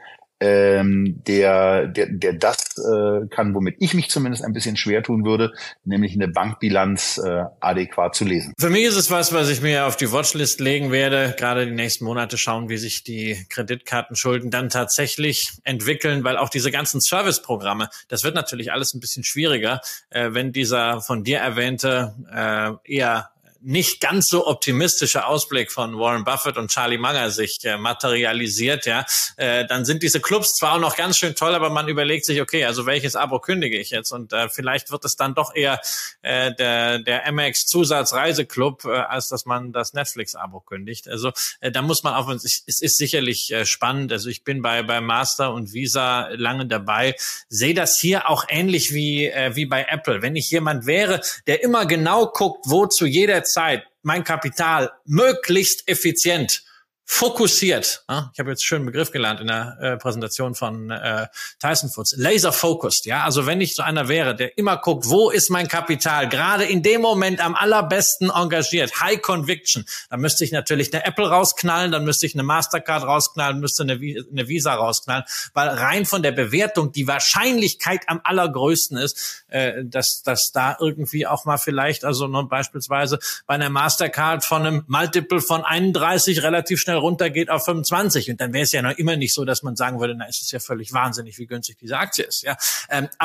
der das kann, womit ich mich zumindest ein bisschen schwer tun würde, nämlich eine Bankbilanz adäquat zu lesen. Für mich ist es was ich mir auf die Watchlist legen werde, gerade die nächsten Monate schauen, wie sich die Kreditkartenschulden dann tatsächlich entwickeln, weil auch diese ganzen Serviceprogramme, das wird natürlich alles ein bisschen schwieriger, wenn dieser von dir erwähnte eher nicht ganz so optimistische Ausblick von Warren Buffett und Charlie Munger sich materialisiert, dann sind diese Clubs zwar auch noch ganz schön toll, aber man überlegt sich, okay, also welches Abo kündige ich jetzt? Und vielleicht wird es dann doch eher der Amex Zusatzreiseclub, als dass man das Netflix-Abo kündigt. Also da muss man auch, es ist sicherlich spannend. Also ich bin bei Master und Visa lange dabei, sehe das hier auch ähnlich wie bei Apple. Wenn ich jemand wäre, der immer genau guckt, wo zu jeder Zeit mein Kapital möglichst effizient fokussiert. Ich habe jetzt einen schönen Begriff gelernt in der Präsentation von Tyson Foods. Laser focused, Also wenn ich so einer wäre, der immer guckt, wo ist mein Kapital, gerade in dem Moment am allerbesten engagiert, High Conviction, dann müsste ich natürlich eine Apple rausknallen, dann müsste ich eine Mastercard rausknallen, müsste eine Visa rausknallen, weil rein von der Bewertung die Wahrscheinlichkeit am allergrößten ist, dass da irgendwie auch mal vielleicht, also beispielsweise bei einer Mastercard von einem Multiple von 31 relativ schnell runtergeht auf 25. Und dann wäre es ja noch immer nicht so, dass man sagen würde, na, es ist ja völlig wahnsinnig, wie günstig diese Aktie ist. Aber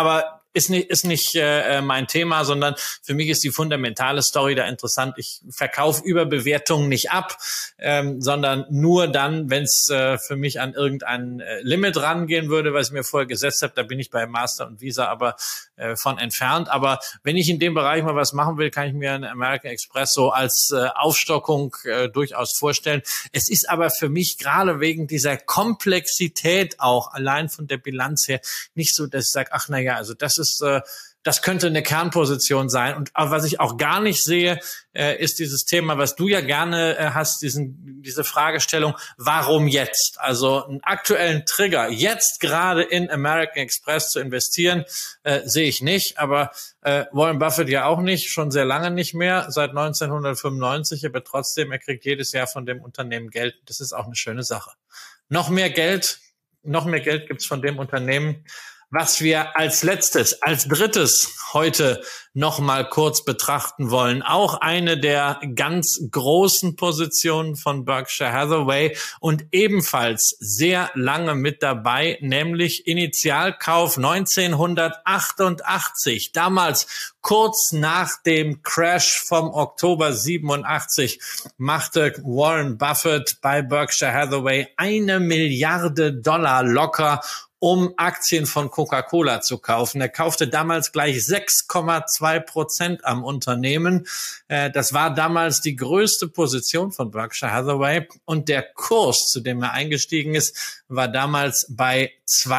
ist nicht mein Thema, sondern für mich ist die fundamentale Story da interessant. Ich verkaufe Überbewertungen nicht ab, sondern nur dann, wenn es für mich an irgendein Limit rangehen würde, was ich mir vorher gesetzt habe. Da bin ich bei Master und Visa aber von entfernt. Aber wenn ich in dem Bereich mal was machen will, kann ich mir einen American Express so als Aufstockung durchaus vorstellen. Es ist aber für mich gerade wegen dieser Komplexität auch allein von der Bilanz her nicht so, dass ich sage, ach naja, also das könnte eine Kernposition sein. Und was ich auch gar nicht sehe, ist dieses Thema, was du ja gerne hast, diese Fragestellung, warum jetzt? Also einen aktuellen Trigger, jetzt gerade in American Express zu investieren, sehe ich nicht. Aber Warren Buffett ja auch nicht, schon sehr lange nicht mehr, seit 1995. Aber trotzdem, er kriegt jedes Jahr von dem Unternehmen Geld. Das ist auch eine schöne Sache. Noch mehr Geld gibt's von dem Unternehmen, was wir als drittes heute noch mal kurz betrachten wollen. Auch eine der ganz großen Positionen von Berkshire Hathaway und ebenfalls sehr lange mit dabei, nämlich Initialkauf 1988. Damals kurz nach dem Crash vom Oktober 87 machte Warren Buffett bei Berkshire Hathaway $1 Milliarde locker, um Aktien von Coca-Cola zu kaufen. Er kaufte damals gleich 6,2% am Unternehmen. Das war damals die größte Position von Berkshire Hathaway. Und der Kurs, zu dem er eingestiegen ist, war damals bei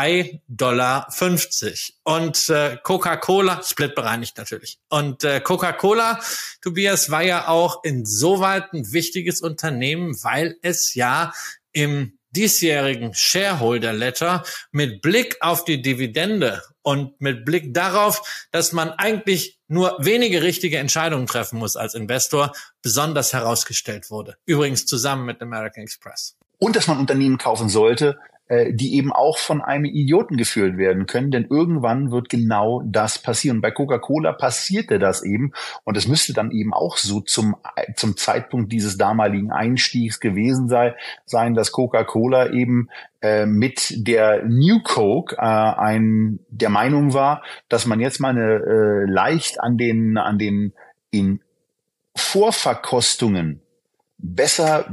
$2,50. Und Coca-Cola, splitbereinigt natürlich. Und Coca-Cola, Tobias, war ja auch insoweit ein wichtiges Unternehmen, weil es ja im diesjährigen Shareholder Letter mit Blick auf die Dividende und mit Blick darauf, dass man eigentlich nur wenige richtige Entscheidungen treffen muss als Investor, besonders herausgestellt wurde. Übrigens zusammen mit American Express. Und dass man Unternehmen kaufen sollte, die eben auch von einem Idioten geführt werden können, denn irgendwann wird genau das passieren. Bei Coca-Cola passierte das eben und es müsste dann eben auch so zum Zeitpunkt dieses damaligen Einstiegs gewesen sein, dass Coca-Cola eben mit der New Coke der Meinung war, dass man jetzt mal eine leicht an den in Vorverkostungen eine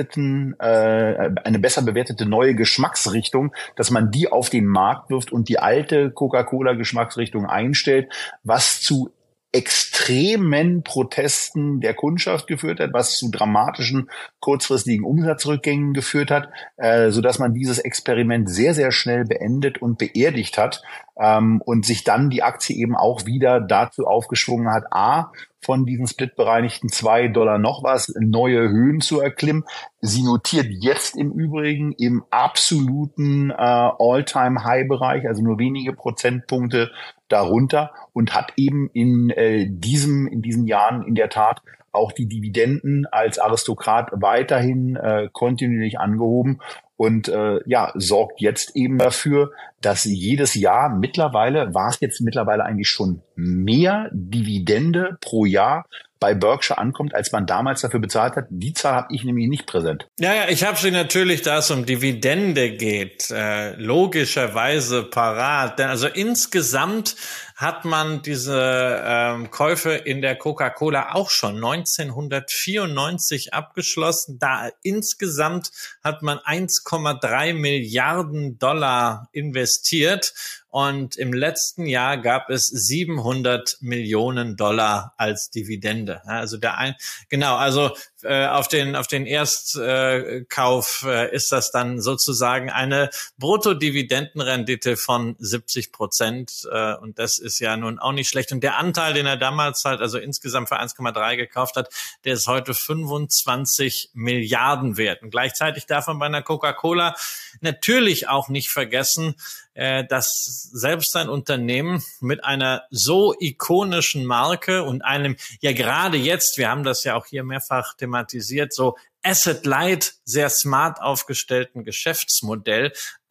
besser bewertete neue Geschmacksrichtung, dass man die auf den Markt wirft und die alte Coca-Cola-Geschmacksrichtung einstellt, was zu extremen Protesten der Kundschaft geführt hat, was zu dramatischen kurzfristigen Umsatzrückgängen geführt hat, sodass man dieses Experiment sehr, sehr schnell beendet und beerdigt hat und sich dann die Aktie eben auch wieder dazu aufgeschwungen hat, von diesen splitbereinigten $2 noch was, neue Höhen zu erklimmen. Sie notiert jetzt im Übrigen im absoluten All-Time-High-Bereich, also nur wenige Prozentpunkte darunter und hat eben in diesen Jahren in der Tat auch die Dividenden als Aristokrat weiterhin kontinuierlich angehoben und sorgt jetzt eben dafür, dass jedes Jahr mittlerweile eigentlich schon mehr Dividende pro Jahr bei Berkshire ankommt, als man damals dafür bezahlt hat. Die Zahl habe ich nämlich nicht präsent. Ja, ich habe sie natürlich, da es um Dividende geht, logischerweise parat. Denn also insgesamt hat man diese Käufe in der Coca-Cola auch schon 1994 abgeschlossen. Da insgesamt hat man $1,3 Milliarden investiert. Und im letzten Jahr gab es $700 Millionen als Dividende. Also auf den Erstkauf ist das dann sozusagen eine Bruttodividendenrendite von 70%. Und das ist ja nun auch nicht schlecht. Und der Anteil, den er damals halt, also insgesamt für 1,3 gekauft hat, der ist heute 25 Milliarden wert. Und gleichzeitig darf man bei einer Coca-Cola natürlich auch nicht vergessen, dass selbst ein Unternehmen mit einer so ikonischen Marke und einem, ja gerade jetzt, wir haben das ja auch hier mehrfach thematisiert, so Asset-Light, sehr smart aufgestellten Geschäftsmodell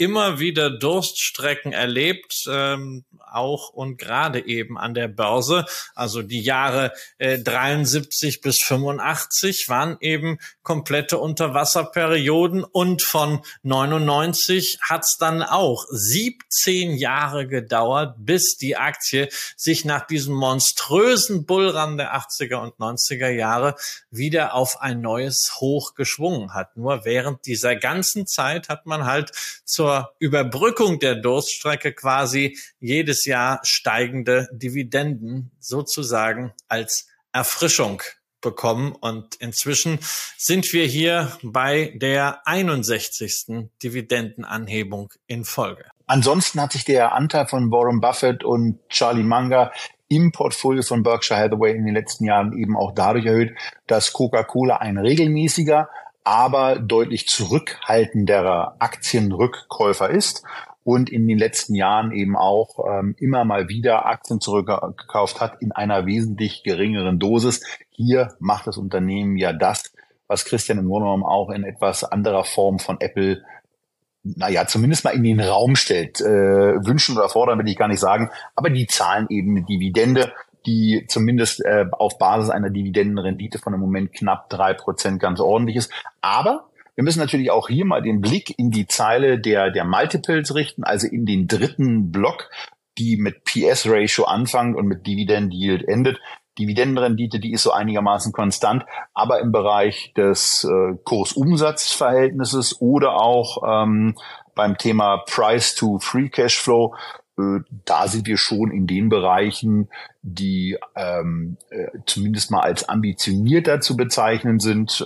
immer wieder Durststrecken erlebt, auch und gerade eben an der Börse. Also die Jahre 73 bis 85 waren eben komplette Unterwasserperioden und von 99 hat's dann auch 17 Jahre gedauert, bis die Aktie sich nach diesem monströsen Bullrun der 80er und 90er Jahre wieder auf ein neues Hoch geschwungen hat. Nur während dieser ganzen Zeit hat man halt zur Überbrückung der Durststrecke quasi jedes Jahr steigende Dividenden sozusagen als Erfrischung bekommen. Und inzwischen sind wir hier bei der 61. Dividendenanhebung in Folge. Ansonsten hat sich der Anteil von Warren Buffett und Charlie Munger im Portfolio von Berkshire Hathaway in den letzten Jahren eben auch dadurch erhöht, dass Coca-Cola ein regelmäßiger, aber deutlich zurückhaltenderer Aktienrückkäufer ist und in den letzten Jahren eben auch immer mal wieder Aktien zurückgekauft hat in einer wesentlich geringeren Dosis. Hier macht das Unternehmen ja das, was Christian im Grunde genommen auch in etwas anderer Form von Apple zumindest mal in den Raum stellt. Wünschen oder fordern will ich gar nicht sagen, aber die zahlen eben eine Dividende, die zumindest auf Basis einer Dividendenrendite von im Moment knapp 3% ganz ordentlich ist. Aber wir müssen natürlich auch hier mal den Blick in die Zeile der Multiples richten, also in den dritten Block, die mit PS-Ratio anfängt und mit Dividend-Yield endet. Dividendenrendite, die ist so einigermaßen konstant, aber im Bereich des Kurs-Umsatz-Verhältnisses oder auch beim Thema Price-to-Free Cashflow, da sind wir schon in den Bereichen, die zumindest mal als ambitionierter zu bezeichnen sind.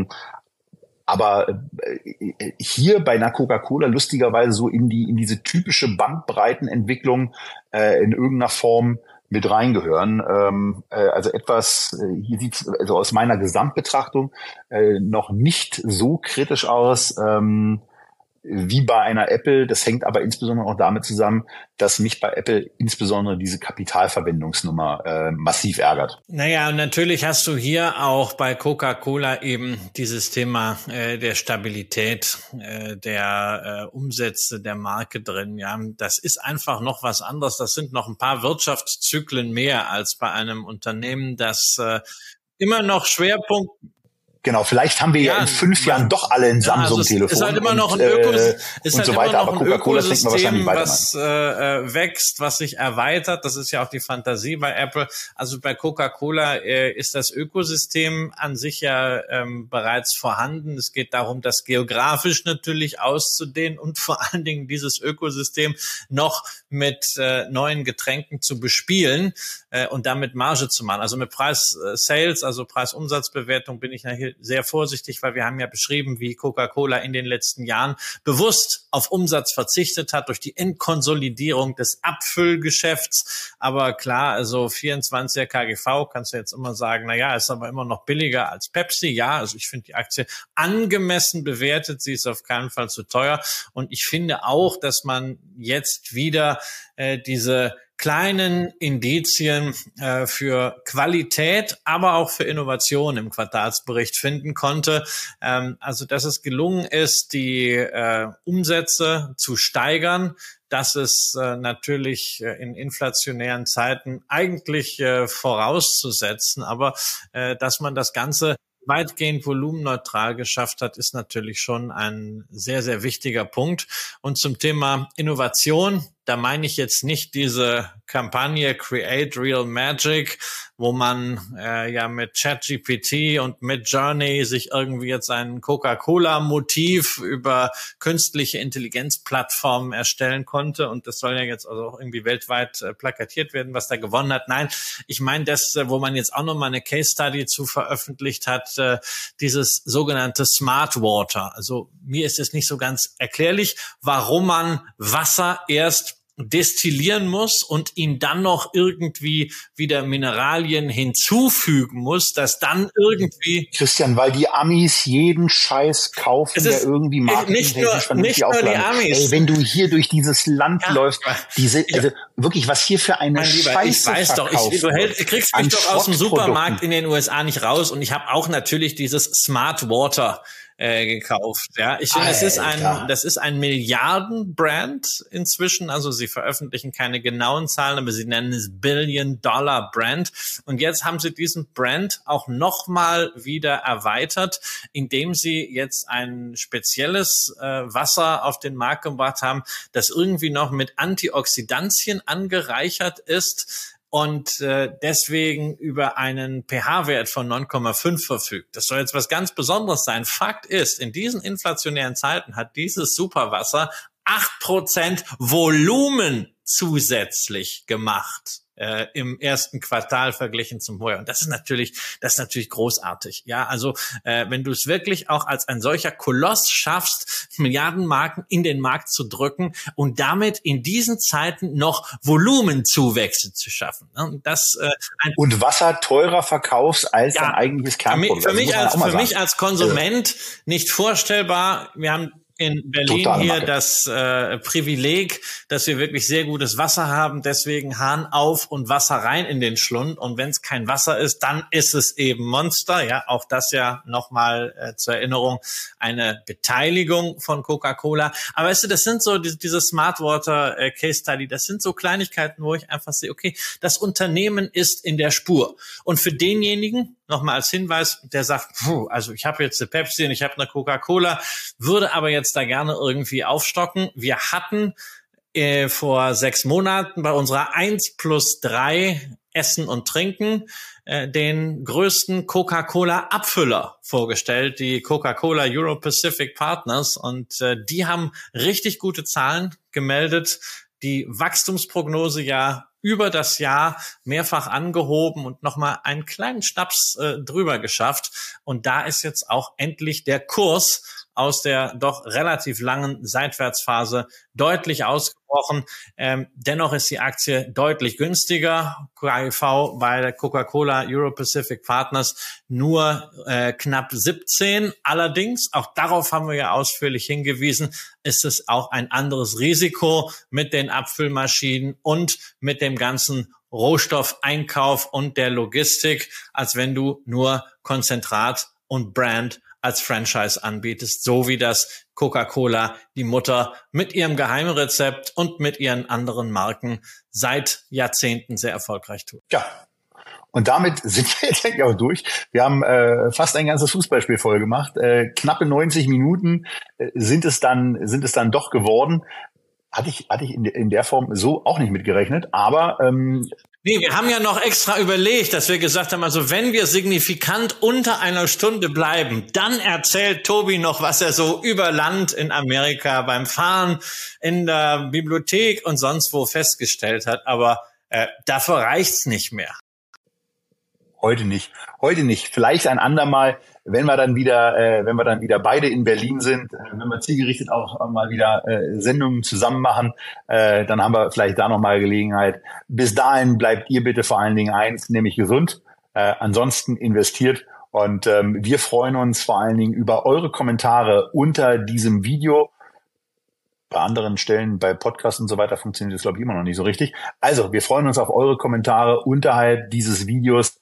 Aber hier bei einer Coca-Cola lustigerweise so in diese typische Bandbreitenentwicklung in irgendeiner Form mit reingehören. Also etwas, hier sieht es also aus meiner Gesamtbetrachtung noch nicht so kritisch aus wie bei einer Apple. Das hängt aber insbesondere auch damit zusammen, dass mich bei Apple insbesondere diese Kapitalverwendungsnummer massiv ärgert. Naja, und natürlich hast du hier auch bei Coca-Cola eben dieses Thema der Stabilität der Umsätze der Marke drin. Ja, das ist einfach noch was anderes. Das sind noch ein paar Wirtschaftszyklen mehr als bei einem Unternehmen, das immer noch Schwerpunkt. Genau, vielleicht haben wir ja in 5 Jahren doch alle ein Samsung-Telefon. Es ist halt immer noch ein Ökosystem, was wächst, was sich erweitert. Das ist ja auch die Fantasie bei Apple. Also bei Coca-Cola ist das Ökosystem an sich ja bereits vorhanden. Es geht darum, das geografisch natürlich auszudehnen und vor allen Dingen dieses Ökosystem noch mit neuen Getränken zu bespielen und damit Marge zu machen. Also mit Preis-Sales, also Preis-Umsatzbewertung bin ich ja hier sehr vorsichtig, weil wir haben ja beschrieben, wie Coca-Cola in den letzten Jahren bewusst auf Umsatz verzichtet hat durch die Entkonsolidierung des Abfüllgeschäfts. Aber klar, also 24er KGV kannst du jetzt immer sagen, na ja, ist aber immer noch billiger als Pepsi. Ja, also ich finde die Aktie angemessen bewertet. Sie ist auf keinen Fall zu teuer. Und ich finde auch, dass man jetzt wieder diese kleinen Indizien für Qualität, aber auch für Innovation im Quartalsbericht finden konnte. Also, dass es gelungen ist, die Umsätze zu steigern, das ist natürlich in inflationären Zeiten eigentlich vorauszusetzen. Aber dass man das Ganze weitgehend volumenneutral geschafft hat, ist natürlich schon ein sehr, sehr wichtiger Punkt. Und zum Thema Innovation, da meine ich jetzt nicht diese Kampagne Create Real Magic, wo man ja mit ChatGPT und mit Journey sich irgendwie jetzt ein Coca-Cola-Motiv über künstliche Intelligenzplattformen erstellen konnte. Und das soll ja jetzt also auch irgendwie weltweit plakatiert werden, was da gewonnen hat. Nein, ich meine das, wo man jetzt auch nochmal eine Case-Study zu veröffentlicht hat, dieses sogenannte Smart Water. Also mir ist es nicht so ganz erklärlich, warum man Wasser erst destillieren muss und ihn dann noch irgendwie wieder Mineralien hinzufügen muss, dass dann irgendwie... Christian, weil die Amis jeden Scheiß kaufen, der irgendwie marketingtechnisch vernünftig aufladen. Nicht nur die Amis. Ey, wenn du hier durch dieses Land läufst, also wirklich, was hier für eine Scheiße ich weiß doch, du kriegst mich doch aus dem Supermarkt in den USA nicht raus und ich habe auch natürlich dieses Smart Water gekauft. Ja, ich finde, das ist ein Milliarden-Brand inzwischen. Also sie veröffentlichen keine genauen Zahlen, aber sie nennen es Billion-Dollar-Brand. Und jetzt haben sie diesen Brand auch nochmal wieder erweitert, indem sie jetzt ein spezielles Wasser auf den Markt gebracht haben, das irgendwie noch mit Antioxidantien angereichert ist und deswegen über einen pH-Wert von 9,5 verfügt. Das soll jetzt was ganz Besonderes sein. Fakt ist, in diesen inflationären Zeiten hat dieses Superwasser 8% Volumen zusätzlich gemacht im ersten Quartal verglichen zum Vorjahr. Und das ist natürlich großartig. Ja, also wenn du es wirklich auch als ein solcher Koloss schaffst, Milliardenmarken in den Markt zu drücken und damit in diesen Zeiten noch Volumenzuwächse zu schaffen. Und und Wasser teurer verkaufst als ein eigentliches Kernprodukt. Für mich als Konsument nicht vorstellbar. Wir haben in Berlin hier das Privileg, dass wir wirklich sehr gutes Wasser haben. Deswegen Hahn auf und Wasser rein in den Schlund. Und wenn es kein Wasser ist, dann ist es eben Monster. Ja, auch das ja nochmal zur Erinnerung eine Beteiligung von Coca-Cola. Aber weißt du, das sind so diese Smart Water Case Study. Das sind so Kleinigkeiten, wo ich einfach sehe, okay, das Unternehmen ist in der Spur. Und für denjenigen, nochmal als Hinweis, der sagt, also ich habe jetzt eine Pepsi und ich habe eine Coca-Cola, würde aber jetzt da gerne irgendwie aufstocken. Wir hatten vor 6 Monaten bei unserer 1+3 Essen und Trinken den größten Coca-Cola-Abfüller vorgestellt, die Coca-Cola Euro-Pacific Partners. Und die haben richtig gute Zahlen gemeldet. Die Wachstumsprognose ja über das Jahr mehrfach angehoben und nochmal einen kleinen Schnaps drüber geschafft. Und da ist jetzt auch endlich der Kurs aus der doch relativ langen Seitwärtsphase deutlich ausgebrochen. Dennoch ist die Aktie deutlich günstiger. KGV bei der Coca-Cola Euro-Pacific Partners nur knapp 17. Allerdings, auch darauf haben wir ja ausführlich hingewiesen, ist es auch ein anderes Risiko mit den Abfüllmaschinen und mit dem ganzen Rohstoffeinkauf und der Logistik, als wenn du nur Konzentrat und Brand als Franchise anbietest, so wie das Coca-Cola, die Mutter, mit ihrem Geheimrezept und mit ihren anderen Marken seit Jahrzehnten sehr erfolgreich tut. Ja. Und damit sind wir jetzt eigentlich auch durch. Wir haben fast ein ganzes Fußballspiel voll gemacht. Knappe 90 Minuten sind es dann doch geworden. Hatte ich in der Form so auch nicht mitgerechnet, aber nee, wir haben ja noch extra überlegt, dass wir gesagt haben, also wenn wir signifikant unter einer Stunde bleiben, dann erzählt Tobi noch, was er so über Land in Amerika beim Fahren in der Bibliothek und sonst wo festgestellt hat. Aber dafür reicht's nicht mehr. Heute nicht. Vielleicht ein andermal, wenn wir dann wieder beide in Berlin sind, wenn wir zielgerichtet auch mal wieder Sendungen zusammen machen, dann haben wir vielleicht da noch mal Gelegenheit. Bis dahin bleibt ihr bitte vor allen Dingen eins, nämlich gesund. Ansonsten investiert. Und wir freuen uns vor allen Dingen über eure Kommentare unter diesem Video. Bei anderen Stellen, bei Podcasts und so weiter funktioniert das, glaube ich, immer noch nicht so richtig. Also, wir freuen uns auf eure Kommentare unterhalb dieses Videos.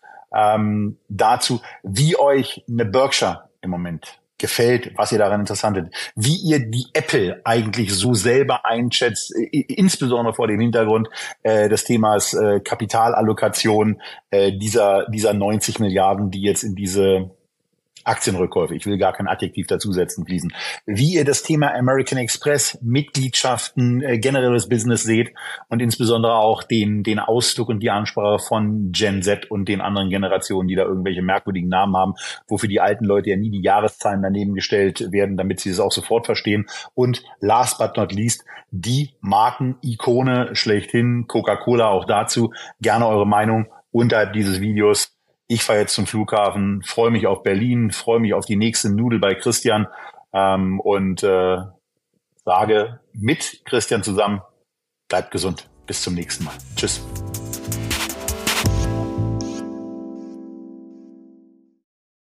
Dazu, wie euch eine Berkshire im Moment gefällt, was ihr daran interessant findet, wie ihr die Apple eigentlich so selber einschätzt, insbesondere vor dem Hintergrund des Themas Kapitalallokation dieser 90 Milliarden, die jetzt in diese Aktienrückkäufe, ich will gar kein Adjektiv dazusetzen, fließen. Wie ihr das Thema American Express, Mitgliedschaften, generelles Business seht und insbesondere auch den Ausdruck und die Ansprache von Gen Z und den anderen Generationen, die da irgendwelche merkwürdigen Namen haben, wofür die alten Leute ja nie die Jahreszahlen daneben gestellt werden, damit sie es auch sofort verstehen. Und last but not least, die Marken-Ikone schlechthin, Coca-Cola, auch dazu gerne eure Meinung unterhalb dieses Videos. Ich fahre jetzt zum Flughafen, freue mich auf Berlin, freue mich auf die nächste Nudel bei Christian und sage mit Christian zusammen, bleibt gesund. Bis zum nächsten Mal. Tschüss.